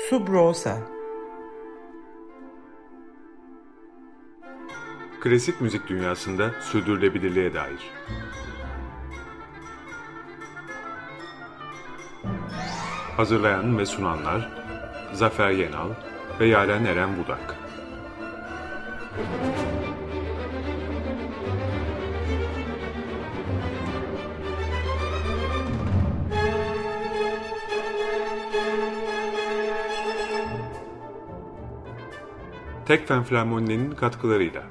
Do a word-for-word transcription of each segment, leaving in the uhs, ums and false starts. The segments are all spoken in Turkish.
Sub Rosa. Klasik müzik dünyasında sürdürülebilirliğe dair. Hazırlayan ve sunanlar Zafer Yenal ve Yaren Eren Budak. Tekfen Filarmoni'nin katkılarıyla.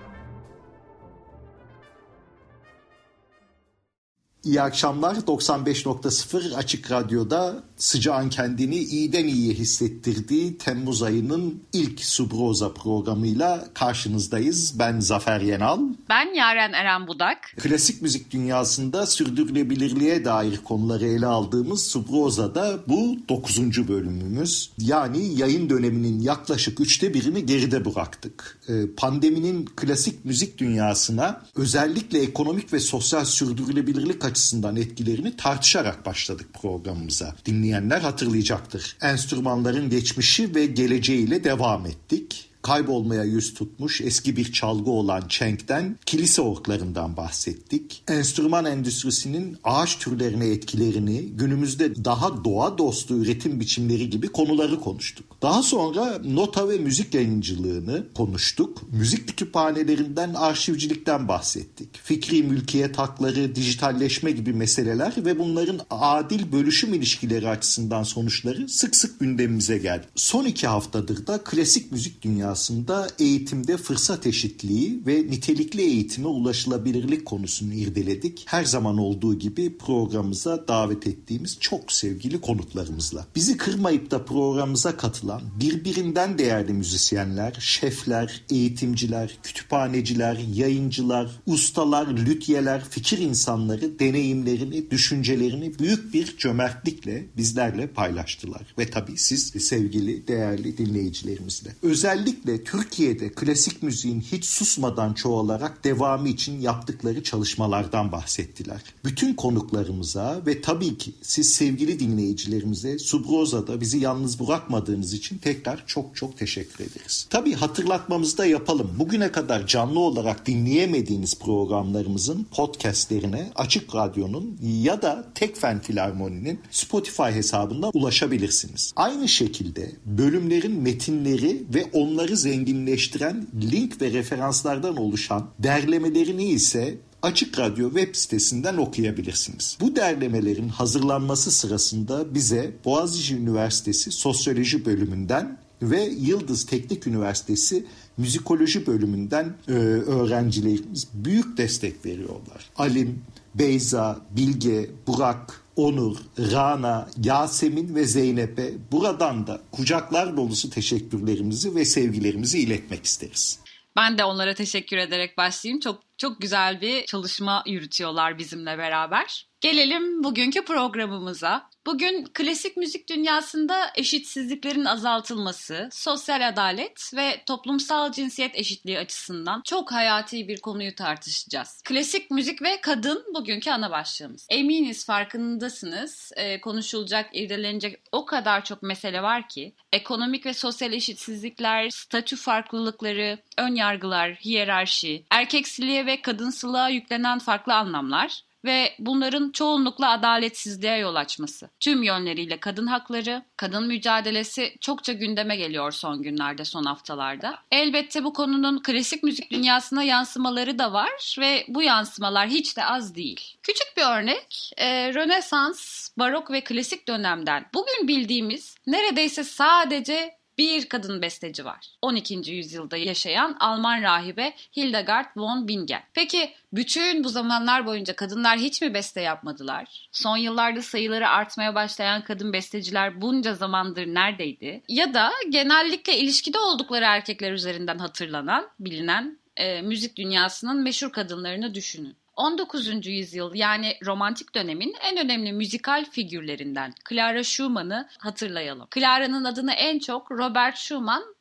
İyi akşamlar. doksan beş nokta sıfır Açık Radyo'da sıcağın kendini iyiden iyiye hissettirdiği Temmuz ayının ilk Sub Rosa programıyla karşınızdayız. Ben Zafer Yenal. Ben Yaren Eren Budak. Klasik müzik dünyasında sürdürülebilirliğe dair konuları ele aldığımız Sub Rosa'da bu dokuzuncu bölümümüz. Yani yayın döneminin yaklaşık üçte birini geride bıraktık. Pandeminin klasik müzik dünyasına özellikle ekonomik ve sosyal sürdürülebilirlik açısından etkilerini tartışarak başladık programımıza. Dinleyenler hatırlayacaktır. Enstrümanların geçmişi ve geleceğiyle devam ettik. Kaybolmaya yüz tutmuş eski bir çalgı olan çenkten, kilise orglarından bahsettik. Enstrüman endüstrisinin ağaç türlerine etkilerini, günümüzde daha doğa dostu üretim biçimleri gibi konuları konuştuk. Daha sonra nota ve müzik yayıncılığını konuştuk. Müzik kütüphanelerinden, arşivcilikten bahsettik. Fikri mülkiyet hakları, dijitalleşme gibi meseleler ve bunların adil bölüşüm ilişkileri açısından sonuçları sık sık gündemimize geldi. Son iki haftadır da klasik müzik dünyası aslında eğitimde fırsat eşitliği ve nitelikli eğitime ulaşılabilirlik konusunu irdeledik. Her zaman olduğu gibi programımıza davet ettiğimiz çok sevgili konuklarımızla. Bizi kırmayıp da programımıza katılan birbirinden değerli müzisyenler, şefler, eğitimciler, kütüphaneciler, yayıncılar, ustalar, lütyeler, fikir insanları deneyimlerini, düşüncelerini büyük bir cömertlikle bizlerle paylaştılar. Ve tabii siz sevgili, değerli dinleyicilerimizle. Özellikle Türkiye'de klasik müziğin hiç susmadan çoğalarak devamı için yaptıkları çalışmalardan bahsettiler. Bütün konuklarımıza ve tabii ki siz sevgili dinleyicilerimize Sub Rosa'da bizi yalnız bırakmadığınız için tekrar çok çok teşekkür ederiz. Tabii hatırlatmamızı da yapalım. Bugüne kadar canlı olarak dinleyemediğiniz programlarımızın podcastlerine Açık Radyo'nun ya da Tekfen Filarmoni'nin Spotify hesabından ulaşabilirsiniz. Aynı şekilde bölümlerin metinleri ve onları zenginleştiren link ve referanslardan oluşan derlemelerini ise Açık Radyo web sitesinden okuyabilirsiniz. Bu derlemelerin hazırlanması sırasında bize Boğaziçi Üniversitesi Sosyoloji bölümünden ve Yıldız Teknik Üniversitesi Müzikoloji bölümünden e, öğrencilerimiz büyük destek veriyorlar. Alim, Beyza, Bilge, Burak, Onur, Rana, Yasemin ve Zeynep'e buradan da kucaklar dolusu teşekkürlerimizi ve sevgilerimizi iletmek isteriz. Ben de onlara teşekkür ederek başlayayım. Çok çok güzel bir çalışma yürütüyorlar bizimle beraber. Gelelim bugünkü programımıza. Bugün klasik müzik dünyasında eşitsizliklerin azaltılması, sosyal adalet ve toplumsal cinsiyet eşitliği açısından çok hayati bir konuyu tartışacağız. Klasik müzik ve kadın bugünkü ana başlığımız. Eminiz farkındasınız, e, konuşulacak, irdelenecek o kadar çok mesele var ki, ekonomik ve sosyal eşitsizlikler, statü farklılıkları, ön yargılar, hiyerarşi, erkeksiliğe ve kadınsılığa yüklenen farklı anlamlar ve bunların çoğunlukla adaletsizliğe yol açması. Tüm yönleriyle kadın hakları, kadın mücadelesi çokça gündeme geliyor son günlerde, son haftalarda. Elbette bu konunun klasik müzik dünyasına yansımaları da var ve bu yansımalar hiç de az değil. Küçük bir örnek, e, Rönesans, Barok ve klasik dönemden bugün bildiğimiz neredeyse sadece bir kadın besteci var. on ikinci yüzyılda yaşayan Alman rahibe Hildegard von Bingen. Peki bütün bu zamanlar boyunca kadınlar hiç mi beste yapmadılar? Son yıllarda sayıları artmaya başlayan kadın besteciler bunca zamandır neredeydi? Ya da genellikle ilişkide oldukları erkekler üzerinden hatırlanan, bilinen e, müzik dünyasının meşhur kadınlarını düşünün. on dokuzuncu yüzyıl yani romantik dönemin en önemli müzikal figürlerinden Clara Schumann'ı hatırlayalım. Clara'nın adını en çok Robert Schumann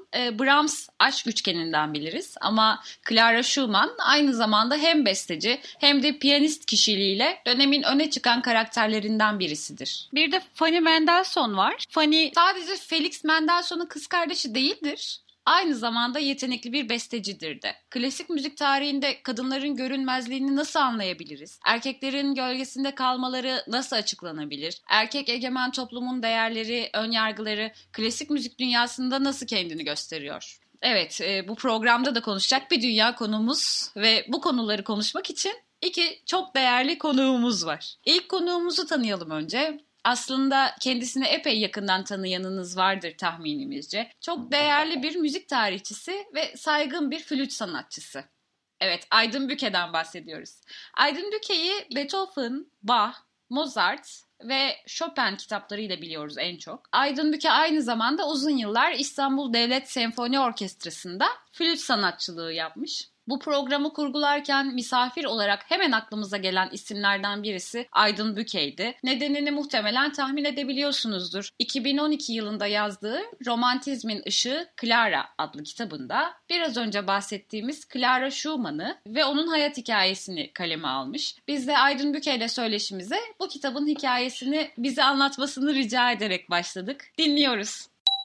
e, Brahms aşk üçgeninden biliriz. Ama Clara Schumann aynı zamanda hem besteci hem de piyanist kişiliğiyle dönemin öne çıkan karakterlerinden birisidir. Bir de Fanny Mendelssohn var. Fanny sadece Felix Mendelssohn'un kız kardeşi değildir. Aynı zamanda yetenekli bir bestecidir de. Klasik müzik tarihinde kadınların görünmezliğini nasıl anlayabiliriz? Erkeklerin gölgesinde kalmaları nasıl açıklanabilir? Erkek egemen toplumun değerleri, önyargıları klasik müzik dünyasında nasıl kendini gösteriyor? Evet, bu programda da konuşacak bir dünya konumuz ve bu konuları konuşmak için iki çok değerli konuğumuz var. İlk konuğumuzu tanıyalım önce. Aslında kendisini epey yakından tanıyanınız vardır tahminimizce. Çok değerli bir müzik tarihçisi ve saygın bir flüt sanatçısı. Evet, Aydın Büke'den bahsediyoruz. Aydın Büke'yi Beethoven, Bach, Mozart ve Chopin kitaplarıyla biliyoruz en çok. Aydın Büke aynı zamanda uzun yıllar İstanbul Devlet Senfoni Orkestrası'nda flüt sanatçılığı yapmış. Bu programı kurgularken misafir olarak hemen aklımıza gelen isimlerden birisi Aydın Büke'ydi. Nedenini muhtemelen tahmin edebiliyorsunuzdur. iki bin on iki yılında yazdığı Romantizmin Işığı Clara adlı kitabında biraz önce bahsettiğimiz Clara Schumann'ı ve onun hayat hikayesini kaleme almış. Biz de Aydın Büke ile söyleşimize bu kitabın hikayesini bize anlatmasını rica ederek başladık. Dinliyoruz.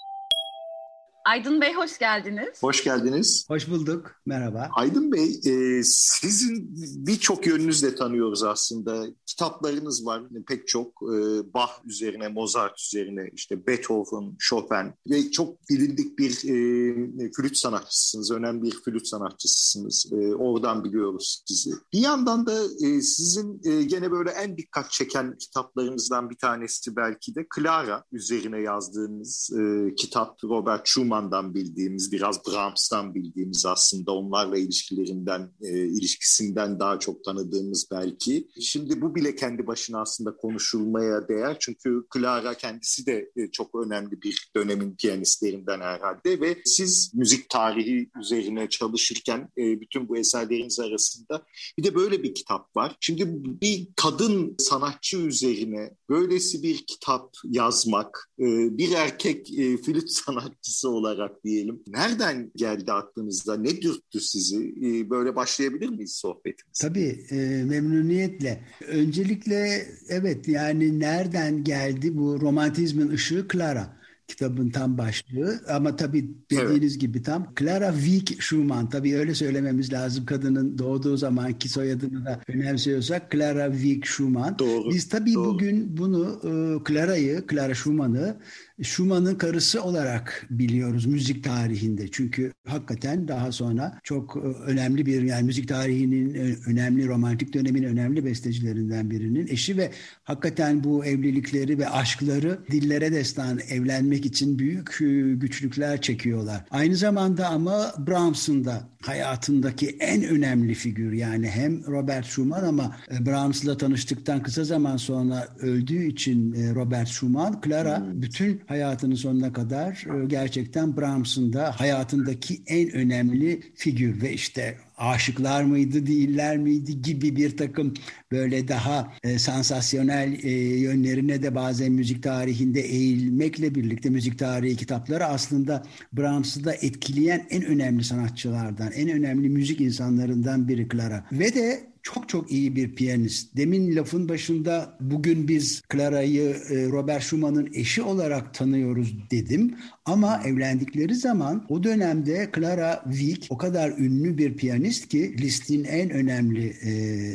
Aydın Bey hoş geldiniz. Hoş geldiniz. Hoş bulduk. Merhaba. Aydın Bey, e, sizin birçok yönünüzle tanıyoruz aslında. Kitaplarınız var pek çok. E, Bach üzerine, Mozart üzerine, işte Beethoven, Chopin ve çok bilindik bir e, flüt sanatçısınız. Önemli bir flüt sanatçısınız. E, oradan biliyoruz sizi. Bir yandan da e, sizin e, gene böyle en dikkat çeken kitaplarınızdan bir tanesi belki de Clara üzerine yazdığınız e, kitap. Robert Schumann'dan bildiğimiz, biraz Brahms'tan bildiğimiz aslında onlarla ilişkilerinden, e, ilişkisinden daha çok tanıdığımız belki. Şimdi bu bile kendi başına aslında konuşulmaya değer. Çünkü Clara kendisi de e, çok önemli bir dönemin piyanistlerinden herhalde ve siz müzik tarihi üzerine çalışırken e, bütün bu eserleriniz arasında bir de böyle bir kitap var. Şimdi bir kadın sanatçı üzerine böylesi bir kitap yazmak, e, bir erkek e, flüt sanatçısı olarak diyelim. Nereden geldi aklınızda? Ne dürttü sizi? Ee, böyle başlayabilir miyiz sohbetimize? Tabii, e, memnuniyetle. Öncelikle evet, yani nereden geldi bu Romantizmin Işığı Clara? Kitabın tam başlığı ama tabii dediğiniz evet. gibi tam Clara Wieck Schumann, tabii öyle söylememiz lazım kadının doğduğu zamanki soyadını da önemsiyorsak Clara Wieck Schumann. Doğru. Biz tabii Doğru. bugün bunu e, Clara'yı, Clara Schumann'ı Schumann'ın karısı olarak biliyoruz müzik tarihinde. Çünkü hakikaten daha sonra çok önemli bir, yani müzik tarihinin önemli, romantik dönemin önemli bestecilerinden birinin eşi ve hakikaten bu evlilikleri ve aşkları dillere destan, evlenmek için büyük güçlükler çekiyorlar. Aynı zamanda ama Brahms'ın da hayatındaki en önemli figür, yani hem Robert Schumann ama Brahms'la tanıştıktan kısa zaman sonra öldüğü için Robert Schumann, Clara hmm. bütün hayatının sonuna kadar gerçekten Brahms'ın da hayatındaki en önemli figür ve işte aşıklar mıydı, değiller miydi gibi bir takım böyle daha e, sansasyonel e, yönlerine de bazen müzik tarihinde eğilmekle birlikte müzik tarihi kitapları aslında Brahms'ı da etkileyen en önemli sanatçılardan, en önemli müzik insanlarından biri Clara. Ve de çok çok iyi bir piyanist. Demin lafın başında bugün biz Clara'yı Robert Schumann'ın eşi olarak tanıyoruz dedim. Ama evlendikleri zaman o dönemde Clara Wieck o kadar ünlü bir piyanist ki Liszt'in en önemli e,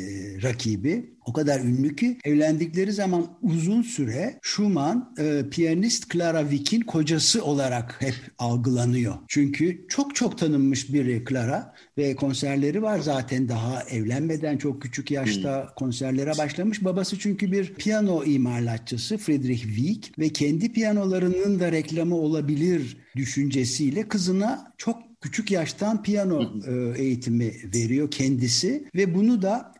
rakibi. O kadar ünlü ki evlendikleri zaman uzun süre Schumann e, piyanist Clara Wieck'in kocası olarak hep algılanıyor. Çünkü çok çok tanınmış biri Clara ve konserleri var zaten, daha evlenmeden çok küçük yaşta hmm. konserlere başlamış. Babası çünkü bir piyano imalatçısı Friedrich Wieck ve kendi piyanolarının da reklamı olabilir düşüncesiyle kızına çok küçük yaştan piyano e, eğitimi veriyor kendisi ve bunu da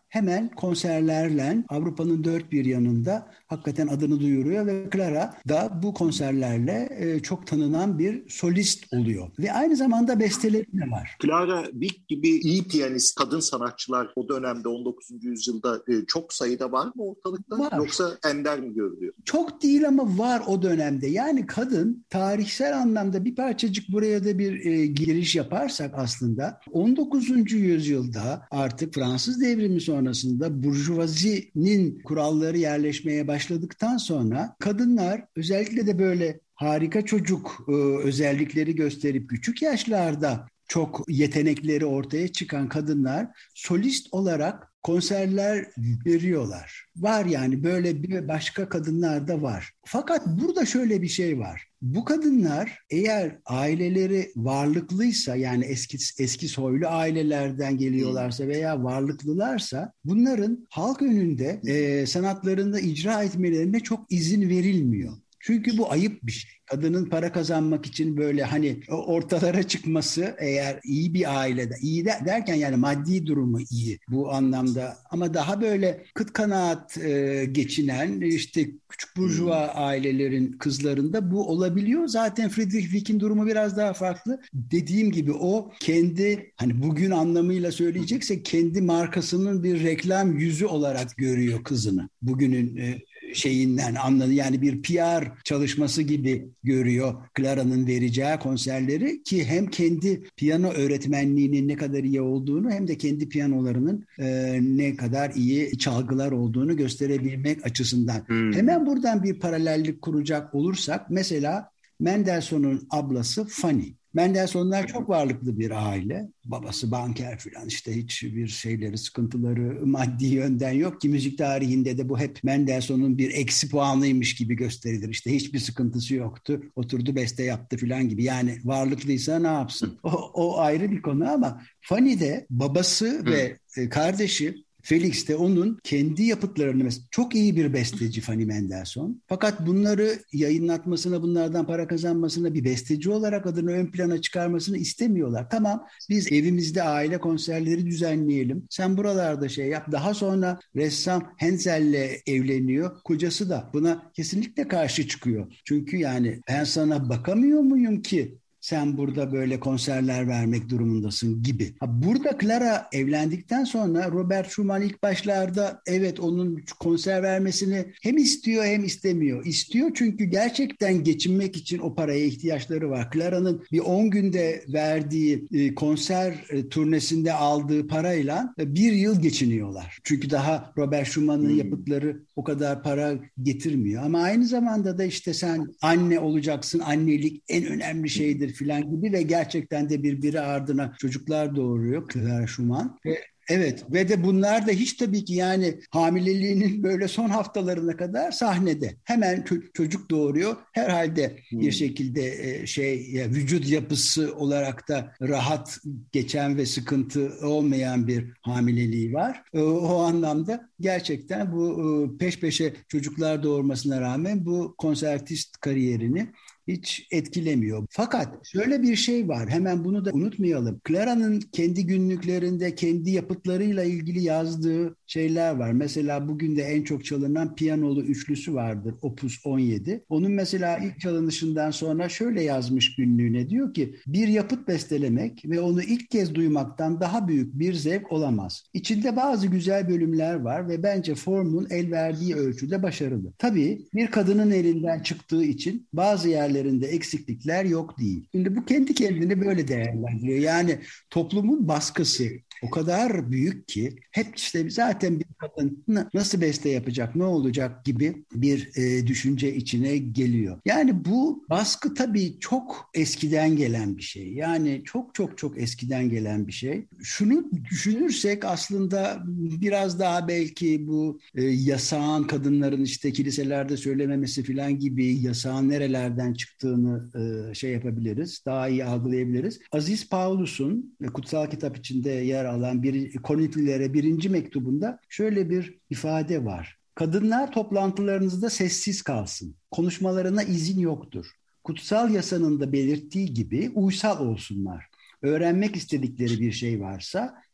hemen konserlerle Avrupa'nın dört bir yanında hakikaten adını duyuruyor ve Clara da bu konserlerle e, çok tanınan bir solist oluyor. Ve aynı zamanda besteleri de var. Clara Wieck gibi iyi piyanist, kadın sanatçılar o dönemde on dokuzuncu yüzyılda e, çok sayıda var mı ortalıkta? Var. Yoksa ender mi görülüyor? Çok değil ama var o dönemde. Yani kadın tarihsel anlamda bir parçacık buraya da bir e, giriş yaparsak aslında on dokuzuncu yüzyılda artık Fransız devrimi sonrasında burjuvazinin kuralları yerleşmeye başladıktan sonra kadınlar özellikle de böyle harika çocuk e, özellikleri gösterip küçük yaşlarda çok yetenekleri ortaya çıkan kadınlar solist olarak konserler veriyorlar. Var yani böyle bir başka kadınlar da var. Fakat burada şöyle bir şey var. Bu kadınlar eğer aileleri varlıklıysa yani eski eski soylu ailelerden geliyorlarsa veya varlıklılarsa bunların halk önünde e, sanatlarında icra etmelerine çok izin verilmiyor. Çünkü bu ayıp bir şey. Kadının para kazanmak için böyle hani ortalara çıkması eğer iyi bir ailede, iyi de, derken yani maddi durumu iyi bu anlamda ama daha böyle kıt kanaat e, geçinen işte küçük burjuva ailelerin kızlarında bu olabiliyor. Zaten Friedrich Wieck'in durumu biraz daha farklı. Dediğim gibi o kendi hani bugün anlamıyla söyleyeceksek kendi markasının bir reklam yüzü olarak görüyor kızını. Bugünün e, şeyinden anladı. Yani bir P R çalışması gibi görüyor Clara'nın vereceği konserleri ki hem kendi piyano öğretmenliğinin ne kadar iyi olduğunu hem de kendi piyanolarının e, ne kadar iyi çalgılar olduğunu gösterebilmek açısından. Hmm. Hemen buradan bir paralellik kuracak olursak mesela Mendelssohn'un ablası Fanny. Mendelssohnlar çok varlıklı bir aile. Babası banker falan işte hiçbir şeyleri, sıkıntıları maddi yönden yok ki müzik tarihinde de bu hep Mendelssohn'un bir eksi puanıymış gibi gösterilir. İşte hiçbir sıkıntısı yoktu. Oturdu beste yaptı falan gibi. Yani varlıklıysa ne yapsın? O, o ayrı bir konu ama Fanny de babası ve kardeşi Felix de onun kendi yapıtlarını mesela çok iyi bir besteci Fanny Mendelssohn. Fakat bunları yayınlatmasına, bunlardan para kazanmasına, bir besteci olarak adını ön plana çıkarmasını istemiyorlar. Tamam biz evimizde aile konserleri düzenleyelim. Sen buralarda şey yap. Daha sonra ressam Hensel'le evleniyor. Kocası da buna kesinlikle karşı çıkıyor. Çünkü yani ben sana bakamıyor muyum ki? Sen burada böyle konserler vermek durumundasın gibi. Ha, burada Clara evlendikten sonra Robert Schumann ilk başlarda evet onun konser vermesini hem istiyor hem istemiyor. İstiyor çünkü gerçekten geçinmek için o paraya ihtiyaçları var. Clara'nın bir on günde verdiği e, konser e, turnesinde aldığı parayla e, bir yıl geçiniyorlar. Çünkü daha Robert Schumann'ın hmm. yapıtları o kadar para getirmiyor. Ama aynı zamanda da işte sen anne olacaksın, annelik en önemli şeydir filan gibi ve gerçekten de birbiri ardına çocuklar doğuruyor Clara Schumann. Ve evet ve de bunlar da hiç tabii ki yani hamileliğinin böyle son haftalarına kadar sahnede. Hemen ço- çocuk doğuruyor. Herhalde hmm. bir şekilde e, şey ya, vücut yapısı olarak da rahat geçen ve sıkıntı olmayan bir hamileliği var. E, o anlamda gerçekten bu e, peş peşe çocuklar doğurmasına rağmen bu konsertist kariyerini hiç etkilemiyor. Fakat şöyle bir şey var. Hemen bunu da unutmayalım. Clara'nın kendi günlüklerinde kendi yapıtlarıyla ilgili yazdığı şeyler var. Mesela bugün de en çok çalınan piyanolu üçlüsü vardır. Opus on yedi. Onun mesela ilk çalınışından sonra şöyle yazmış günlüğüne. Diyor ki bir yapıt bestelemek ve onu ilk kez duymaktan daha büyük bir zevk olamaz. İçinde bazı güzel bölümler var ve bence formun el verdiği ölçüde başarılı. Tabii bir kadının elinden çıktığı için bazı yerler eksiklikler yok değil. Şimdi bu kendi kendini böyle değerlendiriyor. Yani toplumun baskısı o kadar büyük ki hep işte zaten bir kadın nasıl beste yapacak, ne olacak gibi bir e, düşünce içine geliyor. Yani bu baskı tabii çok eskiden gelen bir şey. Yani çok çok çok eskiden gelen bir şey. Şunu düşünürsek aslında biraz daha belki bu e, yasağın kadınların işte kiliselerde söylememesi falan gibi yasağın nerelerden çıktığını e, şey yapabiliriz, daha iyi algılayabiliriz. Aziz Paulus'un kutsal kitap içinde yer alan bir Korintlilere birinci mektubunda şöyle bir ifade var. Kadınlar toplantılarınızda sessiz kalsın. Konuşmalarına izin yoktur. Kutsal yasanın da belirttiği gibi uysal olsunlar. Öğrenmek istedikleri bir şey varsa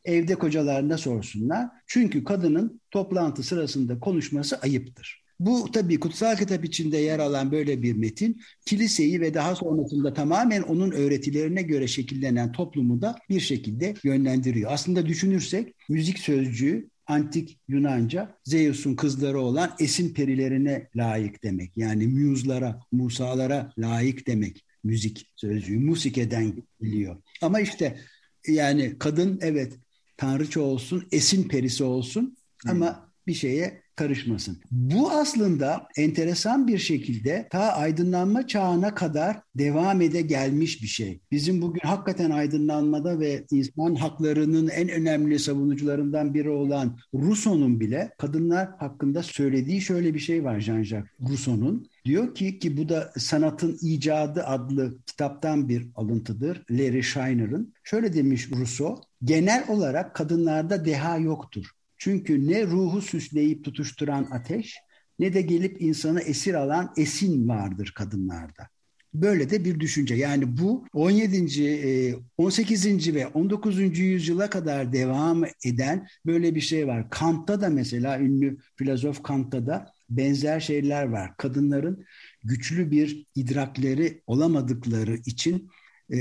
evde kocalarına sorsunlar. Çünkü kadının toplantı sırasında konuşması ayıptır. Bu tabii kutsal kitap içinde yer alan böyle bir metin, kiliseyi ve daha sonrasında tamamen onun öğretilerine göre şekillenen toplumu da bir şekilde yönlendiriyor. Aslında düşünürsek müzik sözcüğü antik Yunanca Zeus'un kızları olan esin perilerine layık demek. Yani muzlara, musalara layık demek müzik sözcüğü. Musike'den geliyor. Ama işte yani kadın evet tanrıça olsun, esin perisi olsun ama bir şeye karışmasın. Bu aslında enteresan bir şekilde ta aydınlanma çağına kadar devam ede gelmiş bir şey. Bizim bugün hakikaten aydınlanmada ve insan haklarının en önemli savunucularından biri olan Rousseau'nun bile kadınlar hakkında söylediği şöyle bir şey var, Jean-Jacques Rousseau'nun. Diyor ki ki bu da Sanatın İcadı adlı kitaptan bir alıntıdır. Larry Shiner'ın. Şöyle demiş Rousseau, genel olarak kadınlarda deha yoktur. Çünkü ne ruhu süsleyip tutuşturan ateş ne de gelip insanı esir alan esin vardır kadınlarda. Böyle de bir düşünce. Yani bu on yedinci, on sekizinci ve on dokuzuncu yüzyıla kadar devam eden böyle bir şey var. Kant'ta da mesela ünlü filozof Kant'ta da benzer şeyler var. Kadınların güçlü bir idrakleri olamadıkları için e,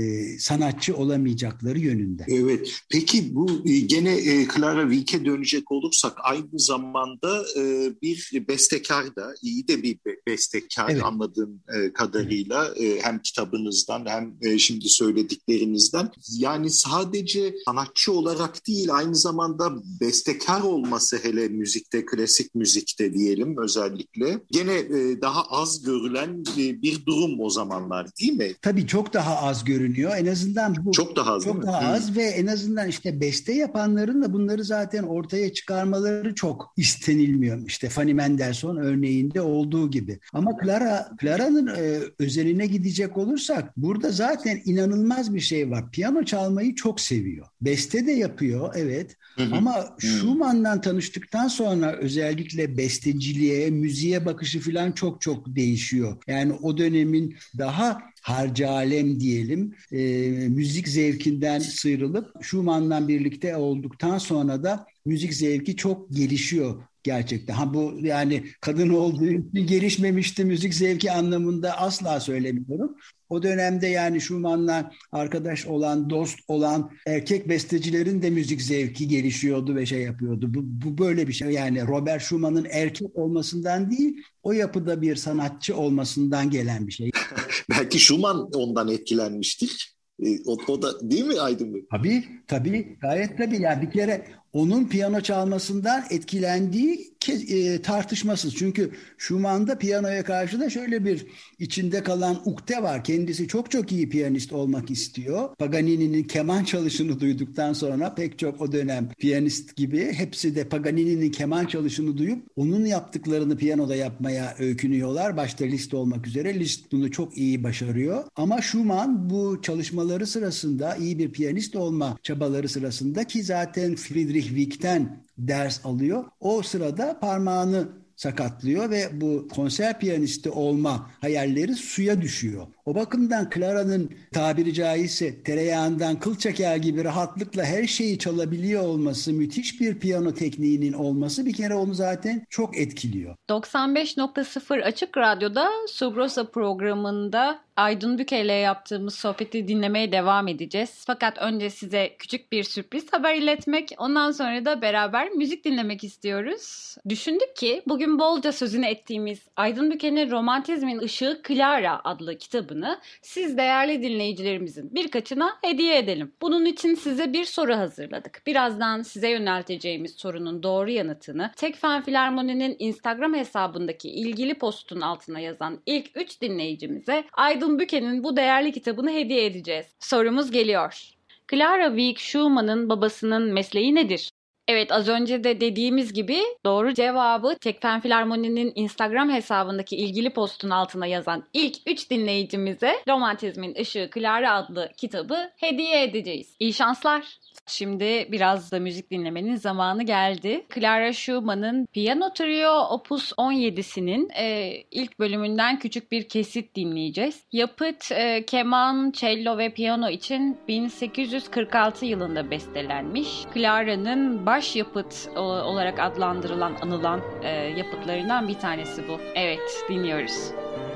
sanatçı olamayacakları yönünde. Evet. Peki bu gene e, Clara Wieck'e dönecek olursak aynı zamanda e, bir bestekar da, iyi de bir bestekar, evet, anladığım e, kadarıyla e, hem kitabınızdan hem e, şimdi söylediklerinizden. Yani sadece sanatçı olarak değil, aynı zamanda bestekar olması, hele müzikte, klasik müzikte diyelim özellikle, gene e, daha az görülen e, bir durum o zamanlar, değil mi? Tabii çok daha az görünüyor. En azından bu çok daha az, çok daha az hmm. ve en azından işte beste yapanların da bunları zaten ortaya çıkarmaları çok istenilmiyor. İşte Fanny Mendelssohn örneğinde olduğu gibi. Ama Clara Clara'nın e, özeline gidecek olursak burada zaten inanılmaz bir şey var. Piyano çalmayı çok seviyor. Beste de yapıyor, evet. Hı hı. Ama hı. Schumann'dan tanıştıktan sonra özellikle besteciliğe, müziğe bakışı falan çok çok değişiyor. Yani o dönemin daha harcı alem diyelim, e, müzik zevkinden sıyrılıp Schumann'la birlikte olduktan sonra da müzik zevki çok gelişiyor gerçekten. Ha bu yani kadın olduğu için gelişmemişti müzik zevki anlamında asla söylemiyorum. O dönemde yani Schumann'la arkadaş olan, dost olan erkek bestecilerin de müzik zevki gelişiyordu ve şey yapıyordu. Bu, bu böyle bir şey. Yani Robert Schumann'ın erkek olmasından değil, o yapıda bir sanatçı olmasından gelen bir şey. Belki Schumann ondan etkilenmiştir. O, o da değil mi Aydın Bey? Tabii, tabii. Gayet tabii. Yani bir kere onun piyano çalmasından etkilendiği e, tartışmasız. Çünkü Schumann'da piyanoya karşı da şöyle bir içinde kalan ukde var. Kendisi çok çok iyi piyanist olmak istiyor. Paganini'nin keman çalışını duyduktan sonra pek çok o dönem piyanist gibi hepsi de Paganini'nin keman çalışını duyup onun yaptıklarını piyanoda yapmaya öykünüyorlar. Başta Liszt olmak üzere. Liszt bunu çok iyi başarıyor. Ama Schumann bu çalışmaları sırasında, iyi bir piyanist olma çabaları sırasında, ki zaten Friedrich Wieck'ten ders alıyor, o sırada parmağını sakatlıyor ve bu konser piyanisti olma hayalleri suya düşüyor. O bakımdan Clara'nın tabiri caizse tereyağından kıl çeker gibi rahatlıkla her şeyi çalabiliyor olması, müthiş bir piyano tekniğinin olması bir kere onu zaten çok etkiliyor. doksan beş nokta sıfır Açık Radyo'da Subrosa programında Aydın Büke ile yaptığımız sohbeti dinlemeye devam edeceğiz. Fakat önce size küçük bir sürpriz haber iletmek, ondan sonra da beraber müzik dinlemek istiyoruz. Düşündük ki bugün bolca sözünü ettiğimiz Aydın Büke'nin Romantizmin Işığı Clara adlı kitabını siz değerli dinleyicilerimizin birkaçına hediye edelim. Bunun için size bir soru hazırladık. Birazdan size yönelteceğimiz sorunun doğru yanıtını Tekfen Filarmoni'nin Instagram hesabındaki ilgili postun altına yazan ilk üç dinleyicimize Aydın Büke'nin bu değerli kitabını hediye edeceğiz. Sorumuz geliyor. Clara Wieck Schumann'ın babasının mesleği nedir? Evet, az önce de dediğimiz gibi doğru cevabı Tekfen Filarmoni'nin Instagram hesabındaki ilgili postun altına yazan ilk üç dinleyicimize Romantizmin Işığı Clara adlı kitabı hediye edeceğiz. İyi şanslar. Şimdi biraz da müzik dinlemenin zamanı geldi. Clara Schumann'ın Piyano Trio Opus on yedisinin e, ilk bölümünden küçük bir kesit dinleyeceğiz. Yapıt e, keman, cello ve piyano için bin sekiz yüz kırk altı yılında bestelenmiş. Clara'nın baş yapıt o, olarak adlandırılan, anılan e, yapıtlarından bir tanesi bu. Evet, dinliyoruz.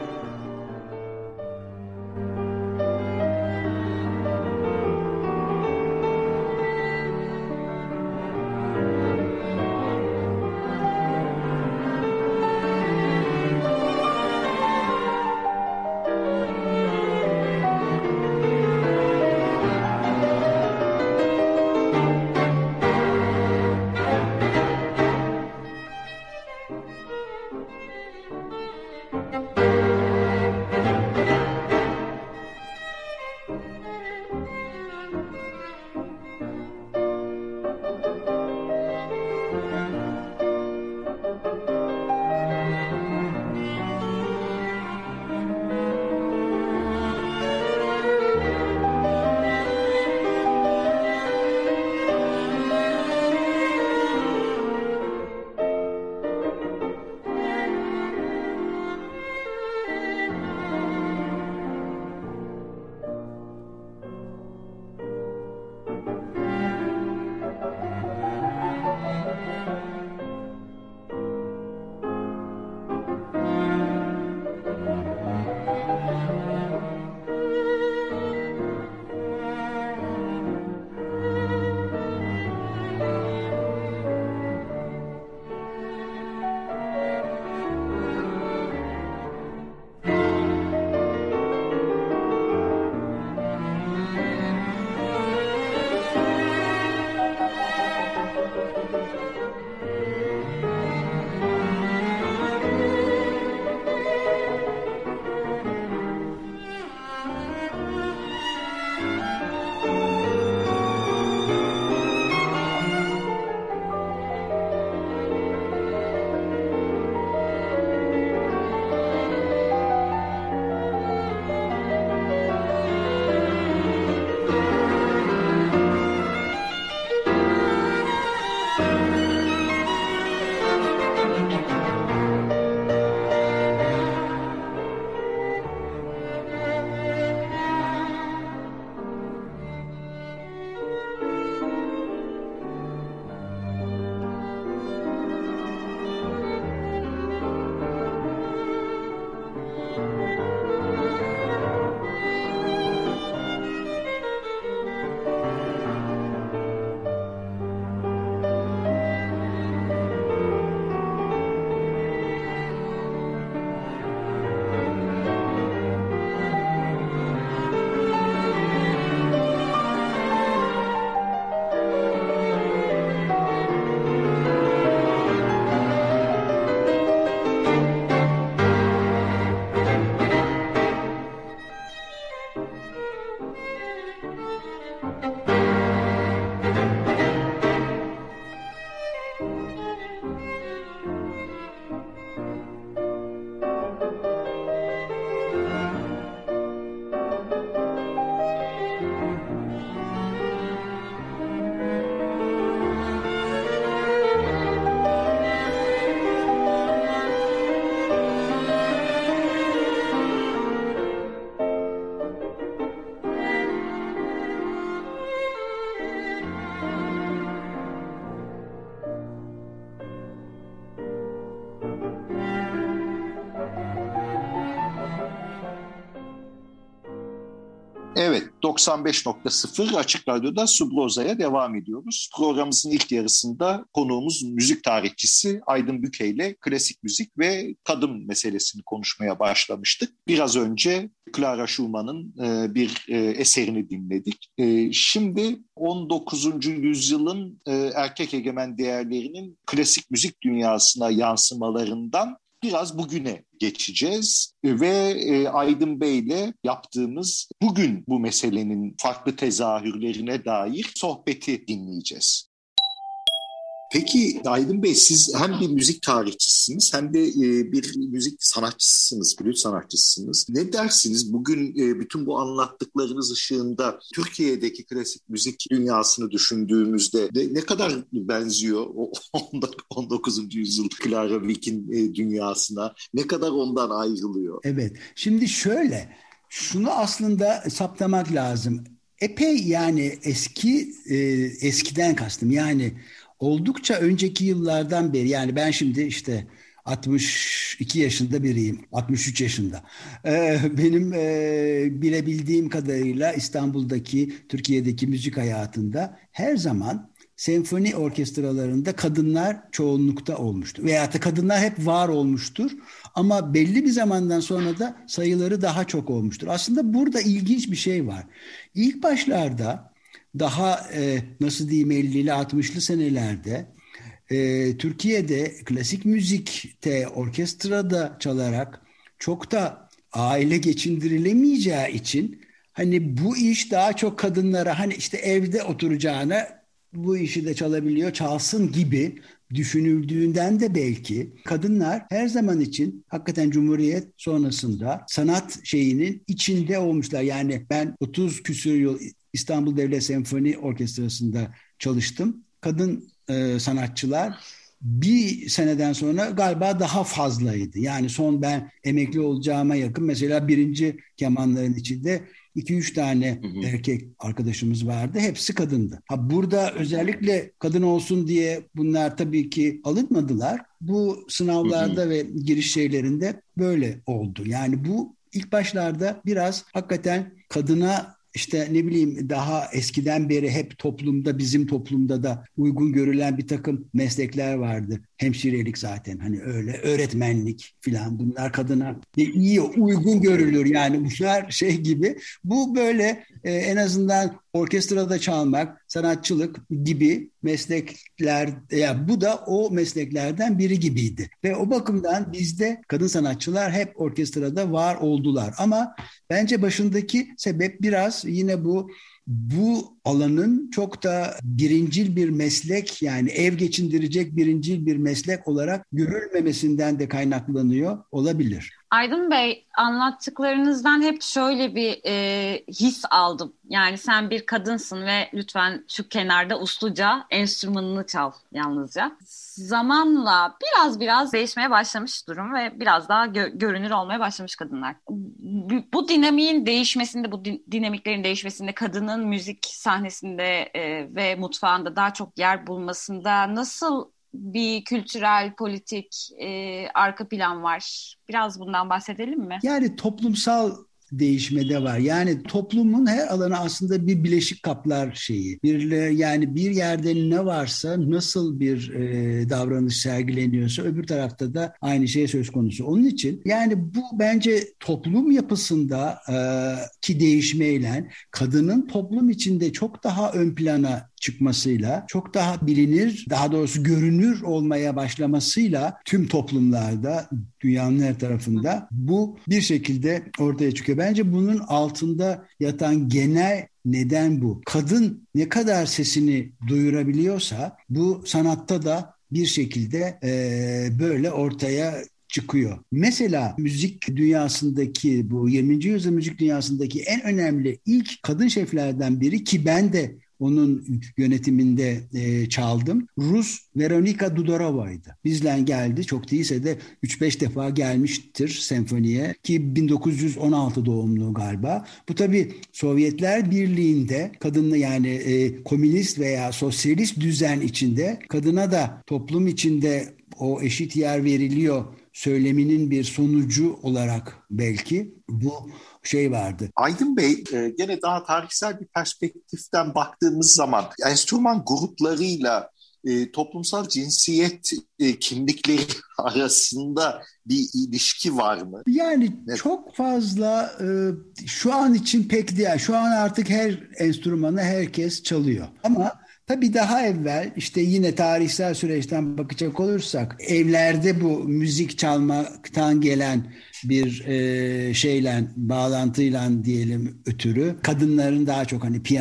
Evet, doksan beş nokta sıfır Açık Radyo'da Subroza'ya devam ediyoruz. Programımızın ilk yarısında konuğumuz müzik tarihçisi Aydın Bükey ile klasik müzik ve kadın meselesini konuşmaya başlamıştık. Biraz önce Clara Schumann'ın e, bir e, eserini dinledik. E, şimdi on dokuzuncu yüzyılın e, erkek egemen değerlerinin klasik müzik dünyasına yansımalarından biraz bugüne geçeceğiz ve e, Aydın Bey'le yaptığımız bugün bu meselenin farklı tezahürlerine dair sohbeti dinleyeceğiz. Peki Aydın Bey, siz hem bir müzik tarihçisiniz hem de e, bir müzik sanatçısınız, flüt sanatçısınız. Ne dersiniz bugün e, bütün bu anlattıklarınız ışığında Türkiye'deki klasik müzik dünyasını düşündüğümüzde ne, ne kadar benziyor o on dokuzuncu yüzyıl Clara Wieck'in e, dünyasına? Ne kadar ondan ayrılıyor? Evet, şimdi şöyle, şunu aslında saptamak lazım. Epey yani eski, e, eskiden kastım yani oldukça önceki yıllardan beri, yani ben şimdi işte altmış iki yaşında biriyim, altmış üç yaşında. Ee, benim e, bilebildiğim kadarıyla İstanbul'daki, Türkiye'deki müzik hayatında her zaman senfoni orkestralarında kadınlar çoğunlukta olmuştur. Veyahut da kadınlar hep var olmuştur. Ama belli bir zamandan sonra da sayıları daha çok olmuştur. Aslında burada ilginç bir şey var. İlk başlarda daha e, nasıl diyeyim ellili altmışlı senelerde e, Türkiye'de klasik müzikte orkestrada çalarak çok da aile geçindirilemeyeceği için hani bu iş daha çok kadınlara, hani işte evde oturacağına bu işi de çalabiliyor, çalsın gibi düşünüldüğünden de belki kadınlar her zaman için hakikaten Cumhuriyet sonrasında sanat şeyinin içinde olmuşlar. Yani ben otuz küsur yıl İstanbul Devlet Senfoni Orkestrası'nda çalıştım. Kadın e, sanatçılar bir seneden sonra galiba daha fazlaydı. Yani son ben emekli olacağıma yakın mesela birinci kemanların içinde iki üç tane hı hı. erkek arkadaşımız vardı. Hepsi kadındı. Ha, burada özellikle kadın olsun diye bunlar tabii ki alınmadılar. Bu sınavlarda hı hı. ve giriş şeylerinde böyle oldu. Yani bu ilk başlarda biraz hakikaten kadına İşte ne bileyim daha eskiden beri hep toplumda, bizim toplumda da uygun görülen bir takım meslekler vardı. Hemşirelik zaten hani öyle, öğretmenlik filan, bunlar kadına iyi uygun görülür. Yani bunlar şey gibi. Bu böyle e, en azından orkestrada çalmak, sanatçılık gibi meslekler, yani bu da o mesleklerden biri gibiydi. Ve o bakımdan bizde kadın sanatçılar hep orkestrada var oldular. Ama bence başındaki sebep biraz yine bu bu alanın çok da birincil bir meslek, yani ev geçindirecek birincil bir meslek olarak görülmemesinden de kaynaklanıyor olabilir. Aydın Bey, anlattıklarınızdan hep şöyle bir e, his aldım. Yani sen bir kadınsın ve lütfen şu kenarda usluca enstrümanını çal yalnızca. Zamanla biraz biraz değişmeye başlamış durum ve biraz daha gö- görünür olmaya başlamış kadınlar. Bu, bu dinamiğin değişmesinde, bu din- dinamiklerin değişmesinde, kadının müzik sahnesinde e, ve mutfağında daha çok yer bulmasında nasıl bir kültürel, politik e, arka plan var? Biraz bundan bahsedelim mi? Yani toplumsal değişme de var. Yani toplumun her alanı aslında bir bileşik kaplar şeyi. Bir, yani bir yerde ne varsa, nasıl bir e, davranış sergileniyorsa öbür tarafta da aynı şey söz konusu. Onun için yani bu bence toplum yapısında e, ki değişmeyle kadının toplum içinde çok daha ön plana çıkmasıyla, çok daha bilinir, daha doğrusu görünür olmaya başlamasıyla tüm toplumlarda, dünyanın her tarafında bu bir şekilde ortaya çıkıyor. Bence bunun altında yatan genel neden bu. Kadın ne kadar sesini duyurabiliyorsa bu sanatta da bir şekilde e, böyle ortaya çıkıyor. Mesela müzik dünyasındaki, bu yirminci yüzyıl müzik dünyasındaki en önemli ilk kadın şeflerden biri, ki ben de onun yönetiminde e, çaldım, Rus Veronika Dudorova'ydı. Bizle geldi. Çok değilse de üç beş defa gelmiştir senfoniye, ki bin dokuz yüz on altı doğumlu galiba. Bu tabii Sovyetler Birliği'nde kadınla, yani e, komünist veya sosyalist düzen içinde kadına da toplum içinde o eşit yer veriliyor söyleminin bir sonucu olarak belki bu şey vardı. Aydın Bey, gene daha tarihsel bir perspektiften baktığımız zaman enstrüman gruplarıyla e, toplumsal cinsiyet e, kimlikleri arasında bir ilişki var mı? Yani evet. Çok fazla e, şu an için pek değil. Şu an artık her enstrümanı herkes çalıyor. Ama tabii daha evvel işte yine tarihsel süreçten bakacak olursak evlerde bu müzik çalmaktan gelen bir e, şeyle, bağlantıyla diyelim ötürü kadınların daha çok hani piyano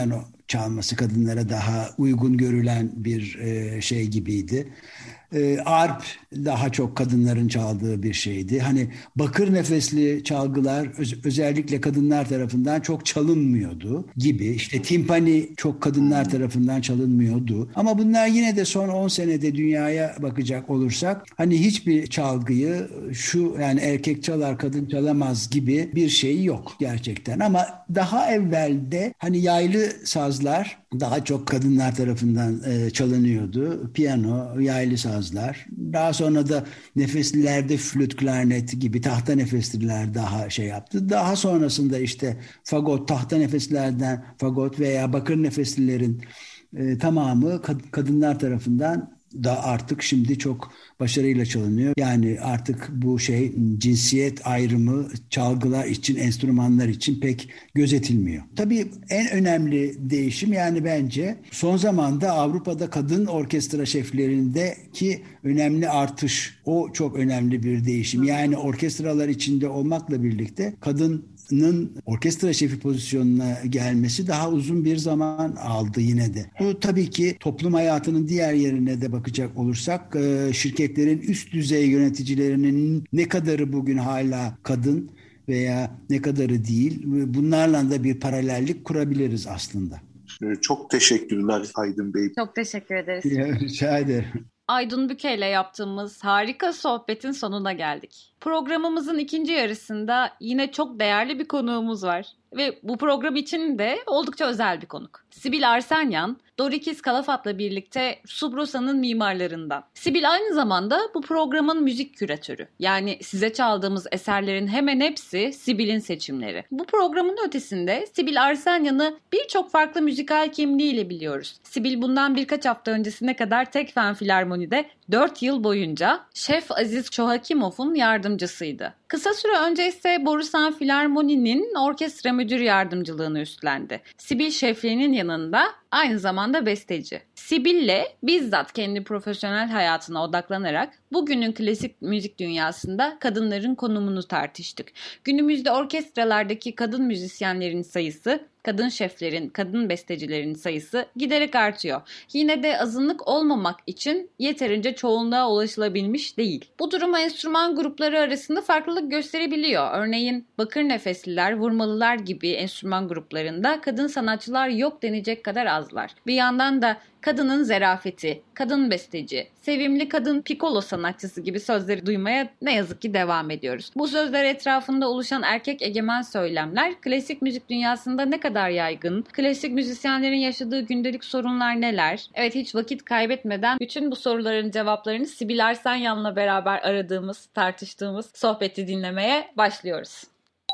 çalması kadınlara daha uygun görülen bir e, şey gibiydi. E, arp daha çok kadınların çaldığı bir şeydi. Hani bakır nefesli çalgılar öz- özellikle kadınlar tarafından çok çalınmıyordu gibi. İşte timpani çok kadınlar tarafından çalınmıyordu. Ama bunlar yine de son on senede dünyaya bakacak olursak hani hiçbir çalgıyı şu yani erkek çalar kadın çalamaz gibi bir şey yok gerçekten. Ama daha evvelde hani yaylı sazlar daha çok kadınlar tarafından e, çalınıyordu. Piyano, yaylı sazlar. Daha sonra da nefeslilerde flüt, klarnet gibi tahta nefesliler daha şey yaptı. Daha sonrasında işte fagot, tahta nefeslilerden fagot veya bakır nefeslilerin e, tamamı kad- kadınlar tarafından da artık şimdi çok başarıyla çalınıyor. Yani artık bu şey cinsiyet ayrımı çalgılar için, enstrümanlar için pek gözetilmiyor. Tabii en önemli değişim yani bence son zamanda Avrupa'da kadın orkestra şeflerindeki önemli artış. O çok önemli bir değişim. Yani orkestralar içinde olmakla birlikte kadın orkestra şefi pozisyonuna gelmesi daha uzun bir zaman aldı yine de. Bu tabii ki toplum hayatının diğer yerine de bakacak olursak şirketlerin üst düzey yöneticilerinin ne kadarı bugün hala kadın veya ne kadarı değil, bunlarla da bir paralellik kurabiliriz aslında. Çok teşekkürler Aydın Bey. Çok teşekkür ederiz. Rica ederim. Aydın Büke ile yaptığımız harika sohbetin sonuna geldik. Programımızın ikinci yarısında yine çok değerli bir konuğumuz var. Ve bu program için de oldukça özel bir konuk. Sibil Arsenyan, Dorikis Kalafat'la birlikte Subrosa'nın mimarlarından. Sibil aynı zamanda bu programın müzik küratörü. Yani size çaldığımız eserlerin hemen hepsi Sibil'in seçimleri. Bu programın ötesinde Sibil Arsenyan'ı birçok farklı müzikal kimliğiyle biliyoruz. Sibil bundan birkaç hafta öncesine kadar Tekfen Filarmoni'de dört yıl boyunca Şef Aziz Çohakimov'un yardımcısıydı. Kısa süre önce ise Borusan Filarmoni'nin orkestra müdür yardımcılığını üstlendi. Sibil şefliğinin yanında aynı zamanda besteci. Sibil'le bizzat kendi profesyonel hayatına odaklanarak bugünün klasik müzik dünyasında kadınların konumunu tartıştık. Günümüzde orkestralardaki kadın müzisyenlerin sayısı, kadın şeflerin, kadın bestecilerin sayısı giderek artıyor. Yine de azınlık olmamak için yeterince çoğunluğa ulaşılabilmiş değil. Bu durum enstrüman grupları arasında farklılık gösterebiliyor. Örneğin bakır nefesliler, vurmalılar gibi enstrüman gruplarında kadın sanatçılar yok denecek kadar azlar. Bir yandan da kadının zerafeti, kadın besteci, sevimli kadın pikolo sanatçısı gibi sözleri duymaya ne yazık ki devam ediyoruz. Bu sözler etrafında oluşan erkek egemen söylemler klasik müzik dünyasında ne kadar yaygın, klasik müzisyenlerin yaşadığı gündelik sorunlar neler? Evet, hiç vakit kaybetmeden bütün bu soruların cevaplarını Sibil Arsenyan'la beraber aradığımız, tartıştığımız sohbeti dinlemeye başlıyoruz.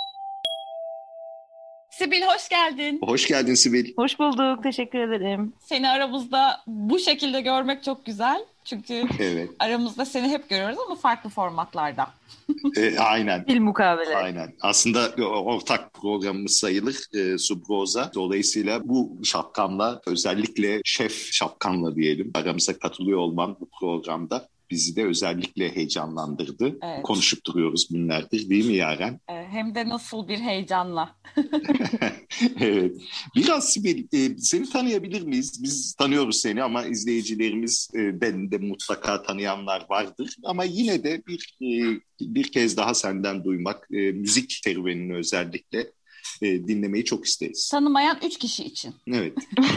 Sibil, hoş geldin. Hoş geldin Sibil. Hoş bulduk, teşekkür ederim. Seni aramızda bu şekilde görmek çok güzel. Çünkü evet, aramızda seni hep görüyoruz ama farklı formatlarda. e, aynen. Dil mukabele. Aynen. Aslında ortak programımız sayılır e, Subroza. Dolayısıyla bu şapkamla, özellikle şef şapkanla diyelim, aramıza katılıyor olman bu programda bizi de özellikle heyecanlandırdı. Evet. Konuşup duruyoruz günlerdir, değil mi Yaren? Hem de nasıl bir heyecanla. Evet. Biraz Sibel, e, seni tanıyabilir miyiz? Biz tanıyoruz seni ama izleyicilerimiz e, ben de mutlaka tanıyanlar vardır. Ama yine de bir e, bir kez daha senden duymak, e, müzik serüvenini özellikle e, dinlemeyi çok isteriz. Tanımayan üç kişi için. Evet.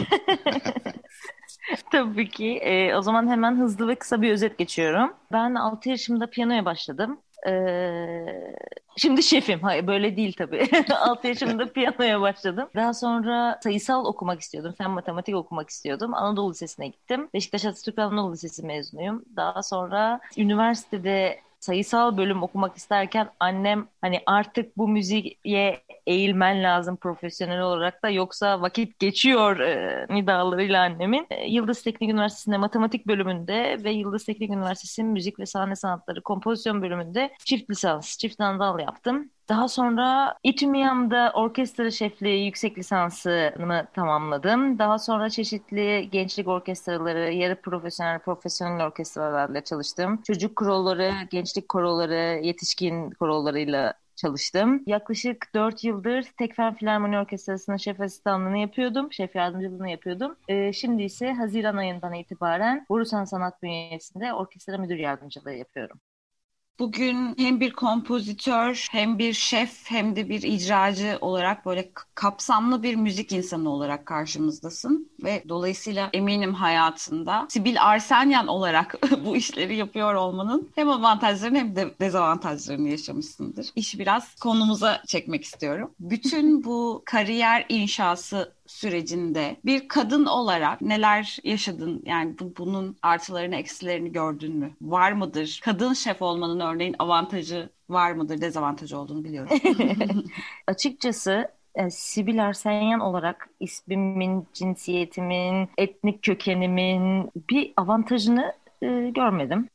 Tabii ki. Ee, o zaman hemen hızlı ve kısa bir özet geçiyorum. Ben altı yaşımda piyanoya başladım. Ee, şimdi şefim. Hayır, böyle değil tabii. altı yaşımda piyanoya başladım. Daha sonra sayısal okumak istiyordum. Fen matematik okumak istiyordum. Anadolu Lisesi'ne gittim. Beşiktaş Atatürk Anadolu Lisesi mezunuyum. Daha sonra üniversitede sayısal bölüm okumak isterken annem hani artık bu müziğe eğilmen lazım profesyonel olarak da yoksa vakit geçiyor e, nidalarıyla annemin. E, Yıldız Teknik Üniversitesi'nde matematik bölümünde ve Yıldız Teknik Üniversitesi Müzik ve Sahne Sanatları Kompozisyon bölümünde çift lisans, çift anadal yaptım. Daha sonra İTÜ MİAM'da orkestra şefliği yüksek lisansımı tamamladım. Daha sonra çeşitli gençlik orkestraları, yarı profesyonel, profesyonel orkestralarla çalıştım. Çocuk koroları, gençlik koroları, yetişkin korolarıyla çalıştım. Yaklaşık dört yıldır Tekfen Filarmoni Orkestrası'nın şef asistanlığını yapıyordum. Şef yardımcılığını yapıyordum. Ee, şimdi ise Haziran ayından itibaren Borusan Sanat bünyesinde orkestra müdür yardımcılığı yapıyorum. Bugün hem bir kompozitör, hem bir şef, hem de bir icracı olarak böyle kapsamlı bir müzik insanı olarak karşımızdasın. Ve dolayısıyla eminim hayatında Sibil Arsenyan olarak bu işleri yapıyor olmanın hem avantajlarını hem de dezavantajlarını yaşamışsındır. İşi biraz konumuza çekmek istiyorum. Bütün bu kariyer inşası sürecinde bir kadın olarak neler yaşadın? Yani bu, bunun artılarını, eksilerini gördün mü? Var mıdır? Kadın şef olmanın örneğin avantajı var mıdır? Dezavantajı olduğunu biliyorum. Açıkçası e, Sibil Arsenyan olarak ismimin, cinsiyetimin, etnik kökenimin bir avantajını e, görmedim.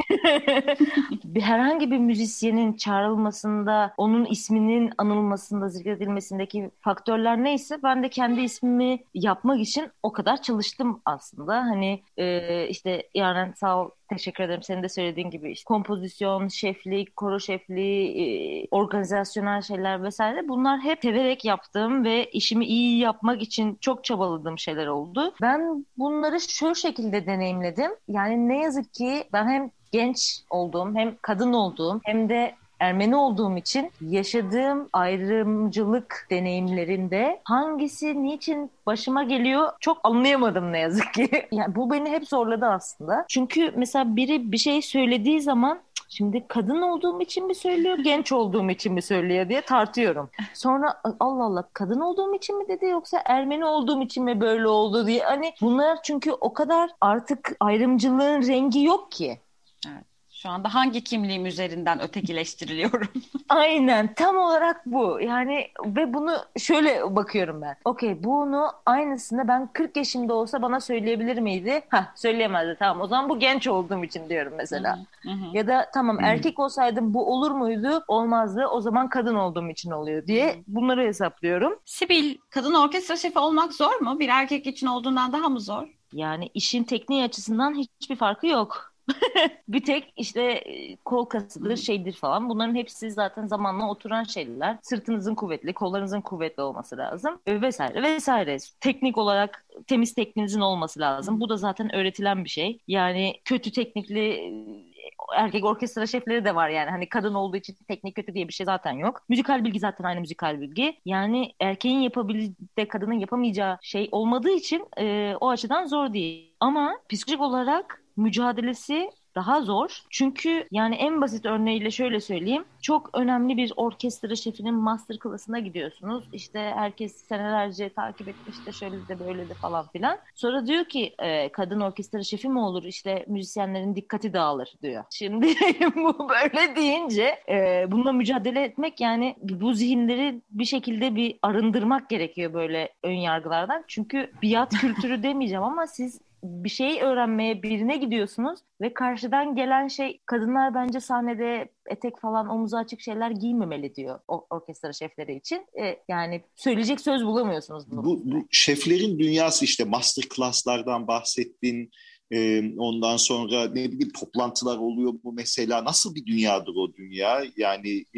bir herhangi bir müzisyenin çağrılmasında, onun isminin anılmasında, zikredilmesindeki faktörler neyse ben de kendi ismimi yapmak için o kadar çalıştım aslında. Hani e, işte Yaren sağ ol, teşekkür ederim. Senin de söylediğin gibi işte kompozisyon, şeflik, koro şefliği, e, organizasyonel şeyler vesaire bunlar hep severek yaptığım ve işimi iyi yapmak için çok çabaladığım şeyler oldu. Ben bunları şu şekilde deneyimledim. Yani ne yazık ki ben hem genç olduğum, hem kadın olduğum, hem de Ermeni olduğum için yaşadığım ayrımcılık deneyimlerinde hangisi niçin başıma geliyor çok anlayamadım ne yazık ki. Yani bu beni hep zorladı aslında. Çünkü mesela biri bir şey söylediği zaman şimdi kadın olduğum için mi söylüyor, genç olduğum için mi söylüyor diye tartıyorum. Sonra Allah Allah kadın olduğum için mi dedi yoksa Ermeni olduğum için mi böyle oldu diye. Hani bunlar çünkü o kadar artık ayrımcılığın rengi yok ki. Evet. Şu anda hangi kimliğim üzerinden ötekileştiriliyorum? Aynen, tam olarak bu. Yani ve bunu şöyle bakıyorum ben. Okey, bunu aynısını ben kırk yaşımda olsa bana söyleyebilir miydi? Hah, söyleyemezdi. Tamam, o zaman bu genç olduğum için diyorum mesela. Hı hı. Ya da tamam Hı. erkek olsaydım bu olur muydu? Olmazdı. O zaman kadın olduğum için oluyor diye bunları hesaplıyorum. Sibil, kadın orkestra şefi olmak zor mu? Bir erkek için olduğundan daha mı zor? Yani işin tekniği açısından hiçbir farkı yok. Bir tek işte kol kasıdır, şeydir falan. Bunların hepsi zaten zamanla oturan şeyler. Sırtınızın kuvvetli, kollarınızın kuvvetli olması lazım. Vesaire vesaire. Teknik olarak temiz tekniğinizin olması lazım. Bu da zaten öğretilen bir şey. Yani kötü teknikli erkek orkestra şefleri de var yani. Hani kadın olduğu için teknik kötü diye bir şey zaten yok. Müzikal bilgi zaten aynı müzikal bilgi. Yani erkeğin yapabildiği de kadının yapamayacağı şey olmadığı için e, o açıdan zor değil. Ama psikolojik olarak mücadelesi daha zor. Çünkü yani en basit örneğiyle şöyle söyleyeyim. Çok önemli bir orkestra şefinin master class'ına gidiyorsunuz. İşte herkes senelerce takip etmiş de şöyle de böyle de falan filan. Sonra diyor ki e, kadın orkestra şefi mi olur? İşte müzisyenlerin dikkati dağılır diyor. Şimdi bu böyle deyince e, bununla mücadele etmek yani bu zihinleri bir şekilde bir arındırmak gerekiyor böyle ön yargılardan. Çünkü biat kültürü demeyeceğim ama siz bir şey öğrenmeye birine gidiyorsunuz ve karşıdan gelen şey kadınlar bence sahnede etek falan omuzu açık şeyler giymemeli diyor o orkestra şefleri için. E, yani söyleyecek söz bulamıyorsunuz. Bu, bu şeflerin dünyası işte master class'lardan bahsettin. Ee, ondan sonra ne bileyim toplantılar oluyor bu mesela. Nasıl bir dünyadır o dünya? Yani e,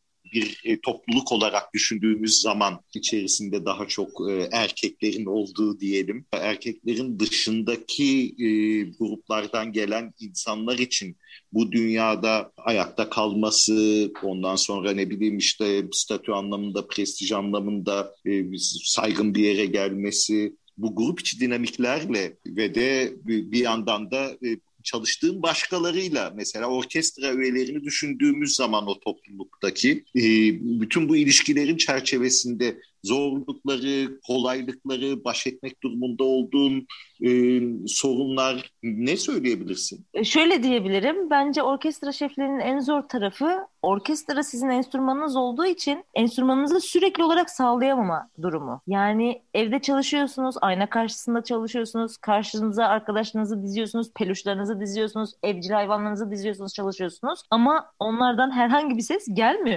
bir e, topluluk olarak düşündüğümüz zaman içerisinde daha çok e, erkeklerin olduğu diyelim. Erkeklerin dışındaki e, gruplardan gelen insanlar için bu dünyada ayakta kalması, ondan sonra ne bileyim işte statü anlamında, prestij anlamında e, saygın bir yere gelmesi, bu grup içi dinamiklerle ve de bir yandan da e, çalıştığım başkalarıyla mesela orkestra üyelerini düşündüğümüz zaman o topluluktaki e, bütün bu ilişkilerin çerçevesinde zorlukları, kolaylıkları, baş etmek durumunda olduğun e, sorunlar ne söyleyebilirsin? Şöyle diyebilirim. Bence orkestra şeflerinin en zor tarafı orkestra sizin enstrümanınız olduğu için enstrümanınızı sürekli olarak sağlayamama durumu. Yani evde çalışıyorsunuz, ayna karşısında çalışıyorsunuz, karşınıza arkadaşlarınızı diziyorsunuz, peluşlarınızı diziyorsunuz, evcil hayvanlarınızı diziyorsunuz, çalışıyorsunuz ama onlardan herhangi bir ses gelmiyor.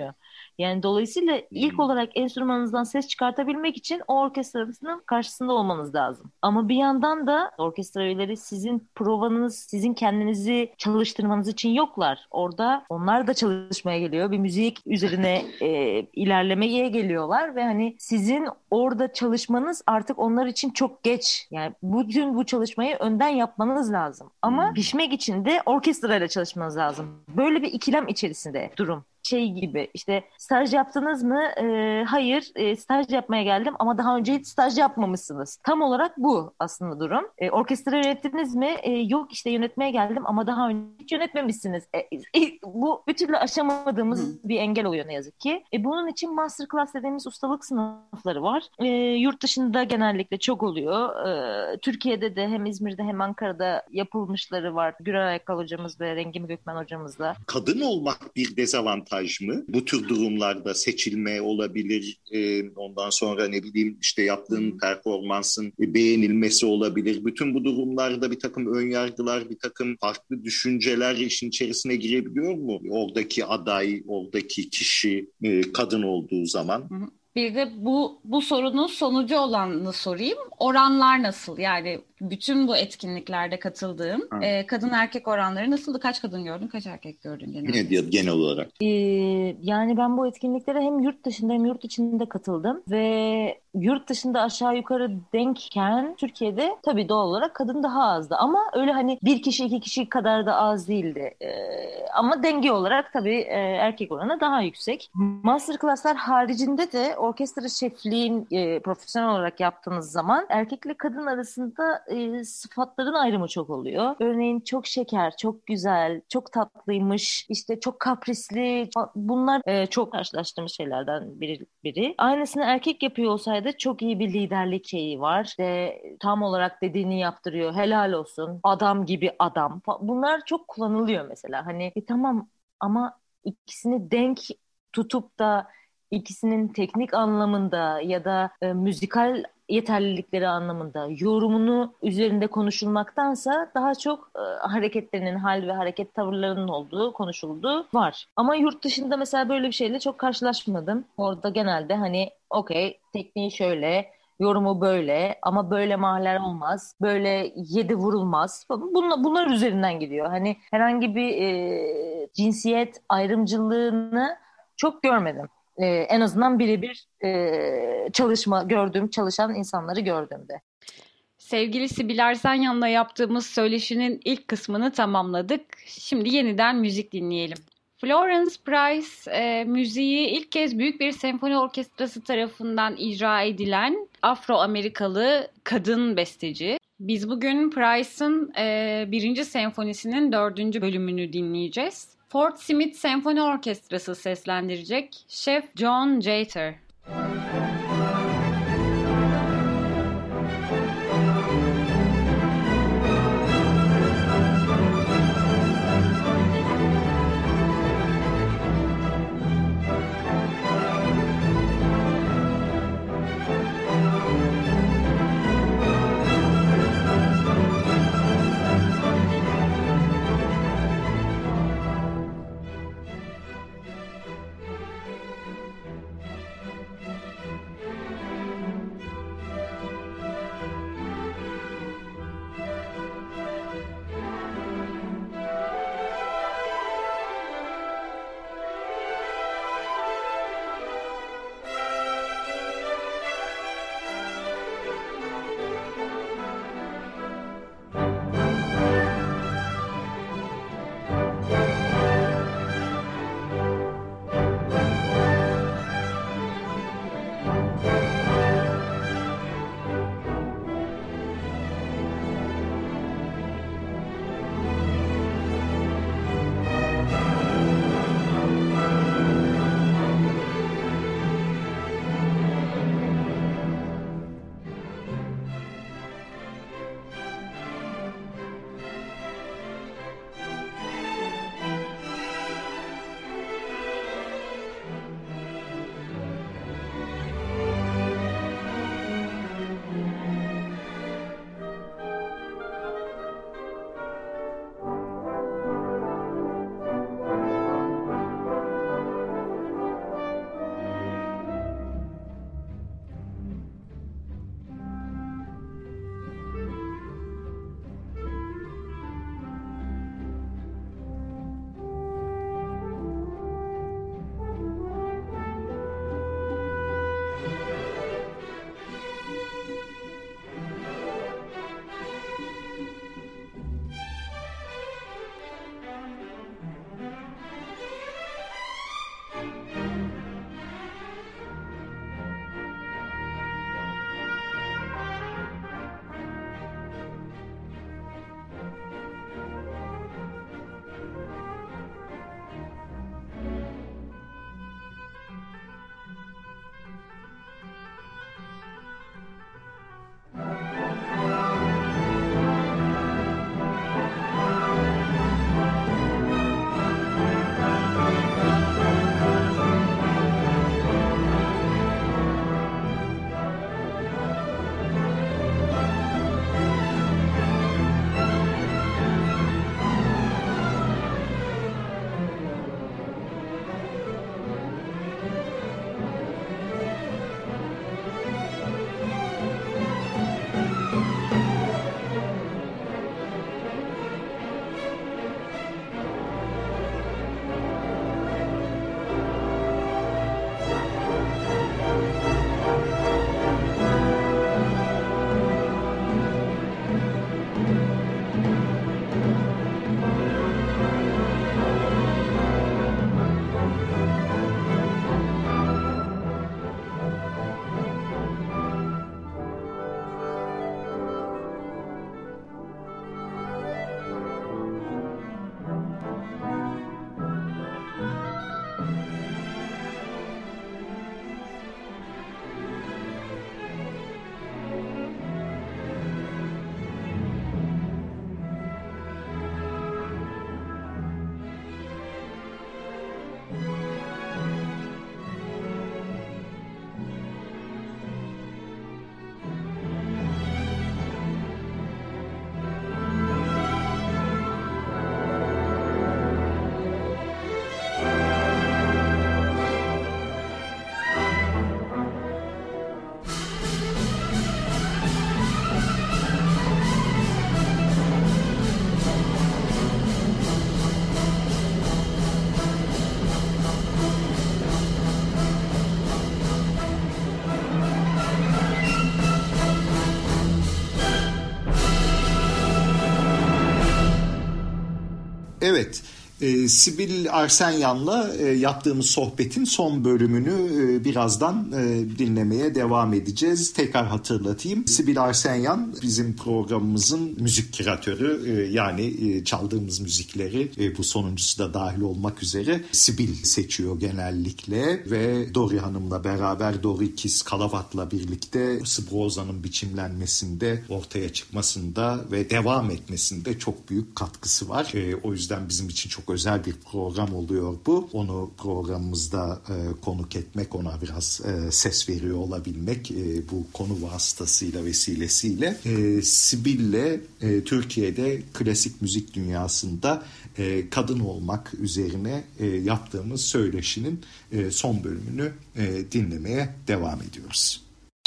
Yani dolayısıyla ilk Hmm. olarak enstrümanınızdan ses çıkartabilmek için o orkestrasının karşısında olmanız lazım. Ama bir yandan da orkestra üyeleri sizin provanız, sizin kendinizi çalıştırmanız için yoklar. Orada onlar da çalışmaya geliyor. Bir müzik üzerine e, ilerlemeye geliyorlar ve hani sizin orada çalışmanız artık onlar için çok geç. Yani bütün bu çalışmayı önden yapmanız lazım. Ama Hmm. pişmek için de orkestrayla çalışmanız lazım. Böyle bir ikilem içerisinde durum. Şey gibi işte staj yaptınız mı? Ee, hayır e, staj yapmaya geldim ama daha önce hiç staj yapmamışsınız. Tam olarak bu aslında durum. E, orkestra yönettiniz mi? E, yok işte yönetmeye geldim ama daha önce hiç yönetmemişsiniz. E, e, bu bir türlü aşamadığımız Hı. bir engel oluyor ne yazık ki. E, bunun için masterclass dediğimiz ustalık sınıfları var. E, yurt dışında genellikle çok oluyor. E, Türkiye'de de hem İzmir'de hem Ankara'da yapılmışları var. Güray Aykal hocamız ve Rengin Gökmen hocamızla. Kadın olmak bir dezavantaj mı? Bu tür durumlarda seçilme olabilir. E, ondan sonra ne bileyim işte yaptığın performansın beğenilmesi olabilir. Bütün bu durumlarda bir takım önyargılar, bir takım farklı düşünceler işin içerisine girebiliyor mu? Oradaki aday, oradaki kişi e, kadın olduğu zaman. Hı hı. Bir de bu bu sorunun sonucu olanını sorayım. Oranlar nasıl? Yani bütün bu etkinliklerde katıldığım e, kadın erkek oranları nasıldı? Kaç kadın gördün, kaç erkek gördün genelde? Ne diyor genel olarak? Ee, yani ben bu etkinliklere hem yurt dışında hem yurt içinde katıldım ve yurt dışında aşağı yukarı denkken Türkiye'de tabii doğal olarak kadın daha azdı ama öyle hani bir kişi iki kişi kadar da az değildi. Ee, ama denge olarak tabii e, erkek oranı daha yüksek. Masterclass'lar haricinde de orkestra şefliğin e, profesyonel olarak yaptığınız zaman erkekle kadın arasında e, sıfatların ayrımı çok oluyor. Örneğin çok şeker, çok güzel, çok tatlıymış, işte çok kaprisli. Bunlar e, çok karşılaştığımız şeylerden biri, biri. Aynısını erkek yapıyor olsaydı çok iyi bir liderlik şeyi var. İşte tam olarak dediğini yaptırıyor. Helal olsun. Adam gibi adam. Bunlar çok kullanılıyor mesela. Hani e, tamam ama ikisini denk tutup da ikisinin teknik anlamında ya da e, müzikal yeterlilikleri anlamında yorumunu üzerinde konuşulmaktansa daha çok e, hareketlerinin, hal ve hareket tavırlarının olduğu konuşulduğu var. Ama yurt dışında mesela böyle bir şeyle çok karşılaşmadım. Orada genelde hani okey tekniği şöyle, yorumu böyle ama böyle mahaller olmaz, böyle yedi vurulmaz. Bunlar, bunlar üzerinden gidiyor. Hani herhangi bir e, cinsiyet ayrımcılığını çok görmedim. Ee, en azından birebir e, çalışma gördüğüm, çalışan insanları gördüğümde. Sevgili Sibel Arsenyan'la yaptığımız söyleşinin ilk kısmını tamamladık. Şimdi yeniden müzik dinleyelim. Florence Price e, müziği ilk kez büyük bir senfoni orkestrası tarafından icra edilen Afro-Amerikalı kadın besteci. Biz bugün Price'ın e, birinci senfonisinin dördüncü bölümünü dinleyeceğiz. Fort Smith Senfoni Orkestrası seslendirecek Şef John Jeter. Evet. E, Sibel Arsenyan'la e, yaptığımız sohbetin son bölümünü e, birazdan e, dinlemeye devam edeceğiz. Tekrar hatırlatayım. Sibel Arsenyan bizim programımızın müzik küratörü. E, yani e, çaldığımız müzikleri e, bu sonuncusu da dahil olmak üzere Sibel seçiyor genellikle ve Dori Hanım'la beraber Dori Kiss Kalavat'la birlikte Sbroza'nın biçimlenmesinde, ortaya çıkmasında ve devam etmesinde çok büyük katkısı var. E, o yüzden bizim için çok özel bir program oluyor bu. Onu programımızda e, konuk etmek, ona biraz e, ses veriyor olabilmek e, bu konu vasıtasıyla, vesilesiyle. E, Sibel'le e, Türkiye'de klasik müzik dünyasında e, kadın olmak üzerine e, yaptığımız söyleşinin e, son bölümünü e, dinlemeye devam ediyoruz.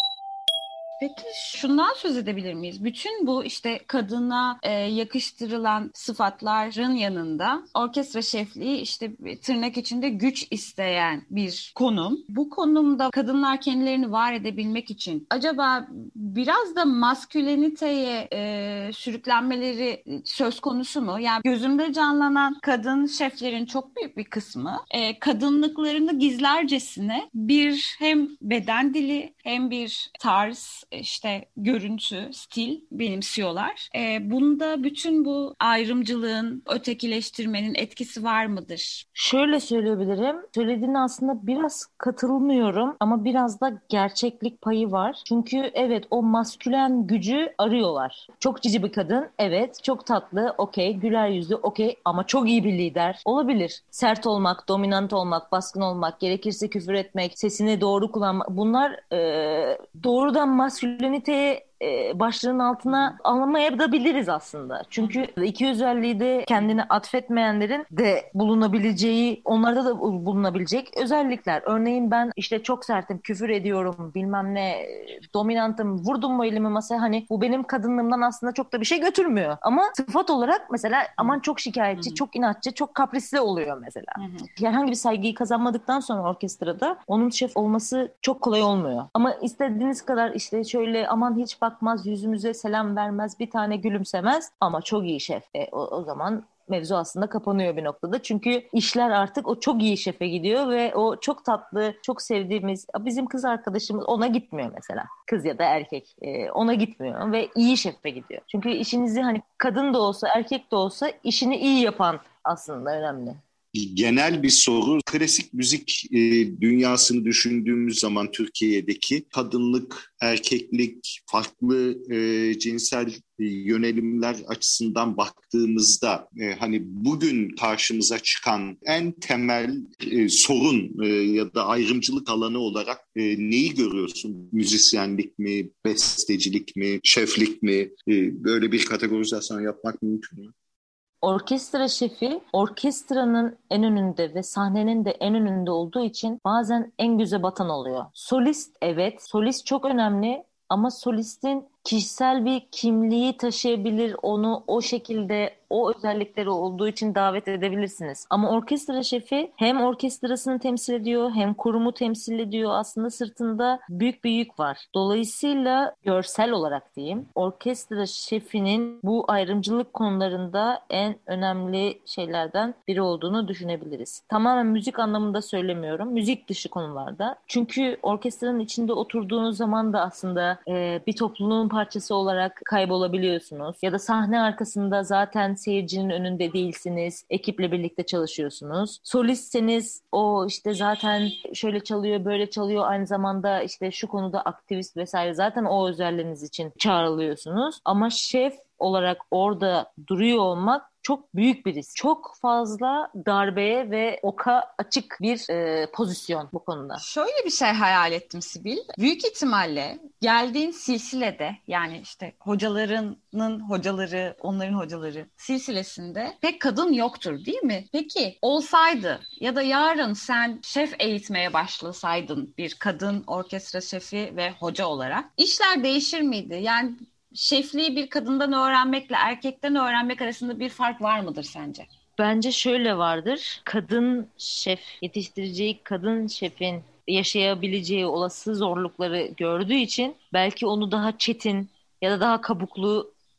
Peki şundan söz edebilir miyiz? Bütün bu işte kadına e, yakıştırılan sıfatların yanında orkestra şefliği işte tırnak içinde güç isteyen bir konum. Bu konumda kadınlar kendilerini var edebilmek için acaba biraz da masküleniteye e, sürüklenmeleri söz konusu mu? Yani gözümde canlanan kadın şeflerin çok büyük bir kısmı e, kadınlıklarını gizlercesine bir hem beden dili hem bir tarz, işte görüntü, stil benimsiyorlar. E, bunda bütün bu ayrımcılığın, ötekileştirmenin etkisi var mıdır? Şöyle söyleyebilirim. Söylediğine aslında biraz katılmıyorum ama biraz da gerçeklik payı var. Çünkü evet, o maskülen gücü arıyorlar. Çok cici bir kadın, evet. Çok tatlı, okey. Güler yüzlü, okey. Ama çok iyi bir lider olabilir. Sert olmak, dominant olmak, baskın olmak, gerekirse küfür etmek, sesini doğru kullanmak. Bunlar e, doğrudan masküleniteye e, başlığın altına alamayabiliriz aslında. Çünkü iki özelliği de kendine atfetmeyenlerin de bulunabileceği, onlarda da bulunabilecek özellikler. Örneğin ben işte çok sertim, küfür ediyorum, bilmem ne, dominantım, vurdum mu elimi masaya, hani bu benim kadınlığımdan aslında çok da bir şey götürmüyor. Ama sıfat olarak mesela aman çok şikayetçi, Hı-hı. çok inatçı, çok kaprisli oluyor mesela. Hı-hı. Herhangi bir saygıyı kazanmadıktan sonra orkestrada onun şef olması çok kolay olmuyor. Ama istediğiniz kadar işte şöyle aman hiç bakmaz, yüzümüze selam vermez, bir tane gülümsemez ama çok iyi şef. E, o, o zaman mevzu aslında kapanıyor bir noktada. Çünkü işler artık o çok iyi şefe gidiyor ve o çok tatlı, çok sevdiğimiz bizim kız arkadaşımız ona gitmiyor mesela. Kız ya da erkek e, ona gitmiyor ve iyi şefe gidiyor. Çünkü işinizi hani kadın da olsa erkek de olsa işini iyi yapan aslında önemli. Genel bir soru. Klasik müzik e, dünyasını düşündüğümüz zaman Türkiye'deki kadınlık, erkeklik, farklı e, cinsel e, yönelimler açısından baktığımızda e, hani bugün karşımıza çıkan en temel e, sorun e, ya da ayrımcılık alanı olarak e, neyi görüyorsun? Müzisyenlik mi, bestecilik mi, şeflik mi? E, böyle bir kategorizasyon yapmak mümkün mü? Orkestra şefi orkestranın en önünde ve sahnenin de en önünde olduğu için bazen en göze batan oluyor. Solist, evet, solist çok önemli ama solistin kişisel bir kimliği taşıyabilir, onu o şekilde, o özellikleri olduğu için davet edebilirsiniz. Ama orkestra şefi hem orkestrasını temsil ediyor hem kurumu temsil ediyor. Aslında sırtında büyük bir yük var. Dolayısıyla görsel olarak diyeyim, orkestra şefinin bu ayrımcılık konularında en önemli şeylerden biri olduğunu düşünebiliriz. Tamamen müzik anlamında söylemiyorum. Müzik dışı konularda. Çünkü orkestranın içinde oturduğunuz zaman da aslında e, bir topluluğun parçası olarak kaybolabiliyorsunuz. Ya da sahne arkasında zaten seyircinin önünde değilsiniz. Ekiple birlikte çalışıyorsunuz. Solistseniz o işte zaten şöyle çalıyor, böyle çalıyor. Aynı zamanda işte şu konuda aktivist vesaire. Zaten o özelliğiniz için çağrılıyorsunuz. Ama şef olarak orada duruyor olmak çok büyük bir risk. Çok fazla darbeye ve oka açık bir e, pozisyon bu konuda. Şöyle bir şey hayal ettim Sibel. Büyük ihtimalle geldiğin silsilede, yani işte hocalarının hocaları, onların hocaları silsilesinde pek kadın yoktur değil mi? Peki olsaydı ya da yarın sen şef eğitmeye başlasaydın bir kadın orkestra şefi ve hoca olarak işler değişir miydi? Yani şefliği bir kadından öğrenmekle erkekten öğrenmek arasında bir fark var mıdır sence? Bence şöyle vardır. Kadın şef, yetiştireceği kadın şefin yaşayabileceği olası zorlukları gördüğü için belki onu daha çetin ya da daha kabuklu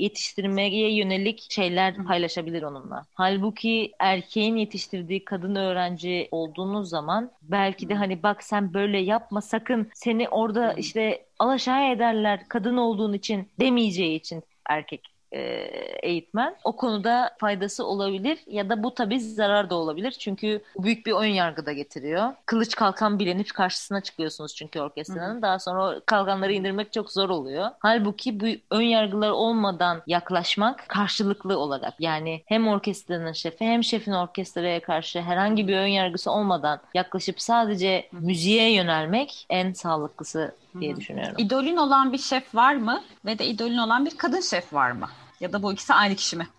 yetiştirmeye yönelik şeyler paylaşabilir onunla. Halbuki erkeğin yetiştirdiği kadın öğrenci olduğunuz zaman belki de hani bak sen böyle yapma sakın, seni orada işte alaşağı ederler kadın olduğun için demeyeceği için erkek eğitmen o konuda faydası olabilir ya da bu tabii zarar da olabilir çünkü büyük bir ön yargı da getiriyor. Kılıç kalkan bilenip karşısına çıkıyorsunuz çünkü orkestranın. Hı. Daha sonra o kalkanları indirmek çok zor oluyor. Halbuki bu ön yargılar olmadan yaklaşmak karşılıklı olarak, yani hem orkestranın şefi hem şefin orkestraya karşı herhangi bir ön yargısı olmadan yaklaşıp sadece Hı. müziğe yönelmek en sağlıklısı diye Hı. düşünüyorum. İdolün olan bir şef var mı? Ve de idolün olan bir kadın şef var mı? Ya da bu ikisi aynı kişi mi?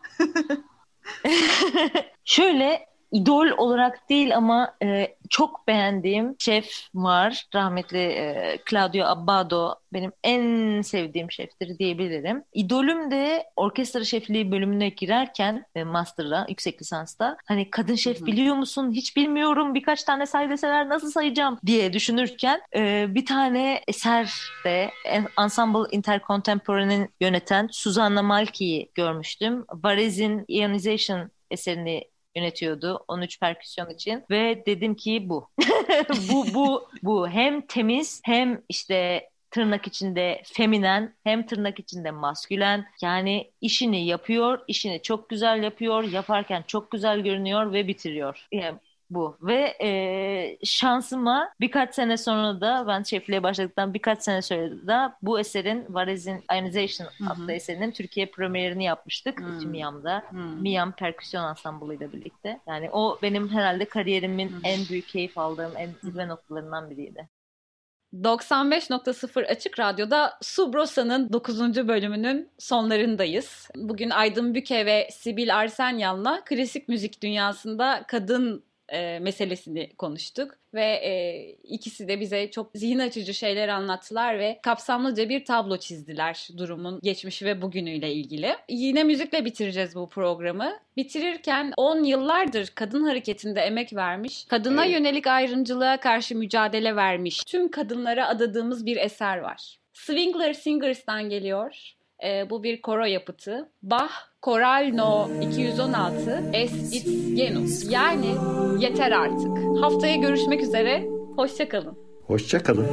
Şöyle, idol olarak değil ama e, çok beğendiğim şef var. Rahmetli e, Claudio Abbado benim en sevdiğim şeftir diyebilirim. İdolüm de orkestra şefliği bölümüne girerken e, master'da, yüksek lisansta hani kadın şef Hı-hı. biliyor musun? Hiç bilmiyorum. Birkaç tane say deseler nasıl sayacağım diye düşünürken e, bir tane eserde Ensemble Intercontemporary'nin yöneten Susanna Malki'yi görmüştüm. Varèse'in Ionization eserini yönetiyordu on üç perküsyon için ve dedim ki bu. bu bu bu hem temiz hem işte tırnak içinde feminen hem tırnak içinde maskülen, yani işini yapıyor, işini çok güzel yapıyor, yaparken çok güzel görünüyor ve bitiriyor. Yani bu ve e, şansıma birkaç sene sonra da ben şefliğe başladıktan birkaç sene sonra da bu eserin Varèse'in Ionization adlı eserinin Türkiye premierini yapmıştık. Hı-hı. Miami'da. Miami Perküsyon Ansamblı ile birlikte. Yani o benim herhalde kariyerimin Hı-hı. en büyük keyif aldığım, en zirve noktalarından biriydi. doksan beş nokta sıfır Açık Radyo'da Sub Rosa'nın dokuzuncu bölümünün sonlarındayız. Bugün Aydın Büke ve Sibil Arsenyan'la klasik müzik dünyasında kadın E, meselesini konuştuk ve e, ikisi de bize çok zihin açıcı şeyler anlattılar ve kapsamlıca bir tablo çizdiler durumun geçmişi ve bugünüyle ilgili. Yine müzikle bitireceğiz bu programı. Bitirirken on yıllardır kadın hareketinde emek vermiş, kadına evet. yönelik ayrımcılığa karşı mücadele vermiş tüm kadınlara adadığımız bir eser var. Swingler Singers'tan geliyor. E, bu bir koro yapıtı. Bach Koral No iki yüz on altı Es Ist Genus, yani yeter artık. Haftaya görüşmek üzere. Hoşça kalın. Hoşça kalın.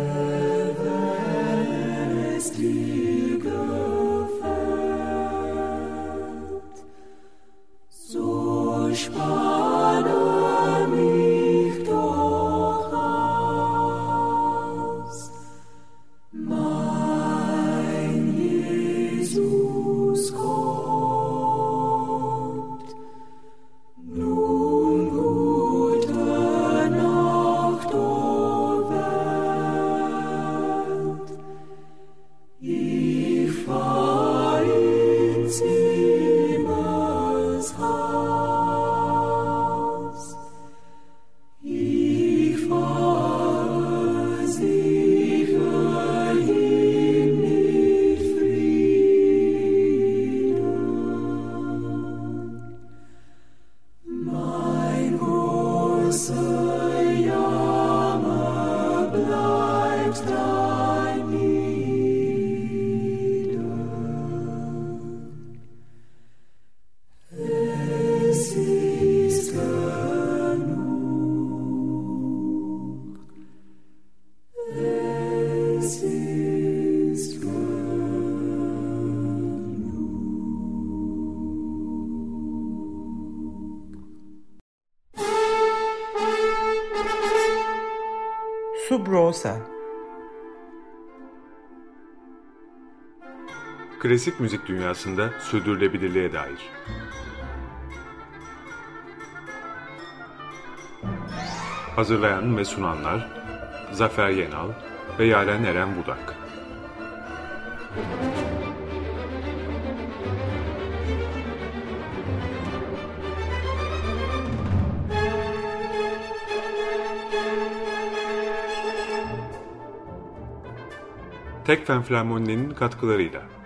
Sub Rosa. Klasik müzik dünyasında sürdürülebilirliğe dair. Hazırlayan ve sunanlar Zafer Yenal ve Yaren Eren Budak. Tekfen Flamoni'nin katkılarıyla.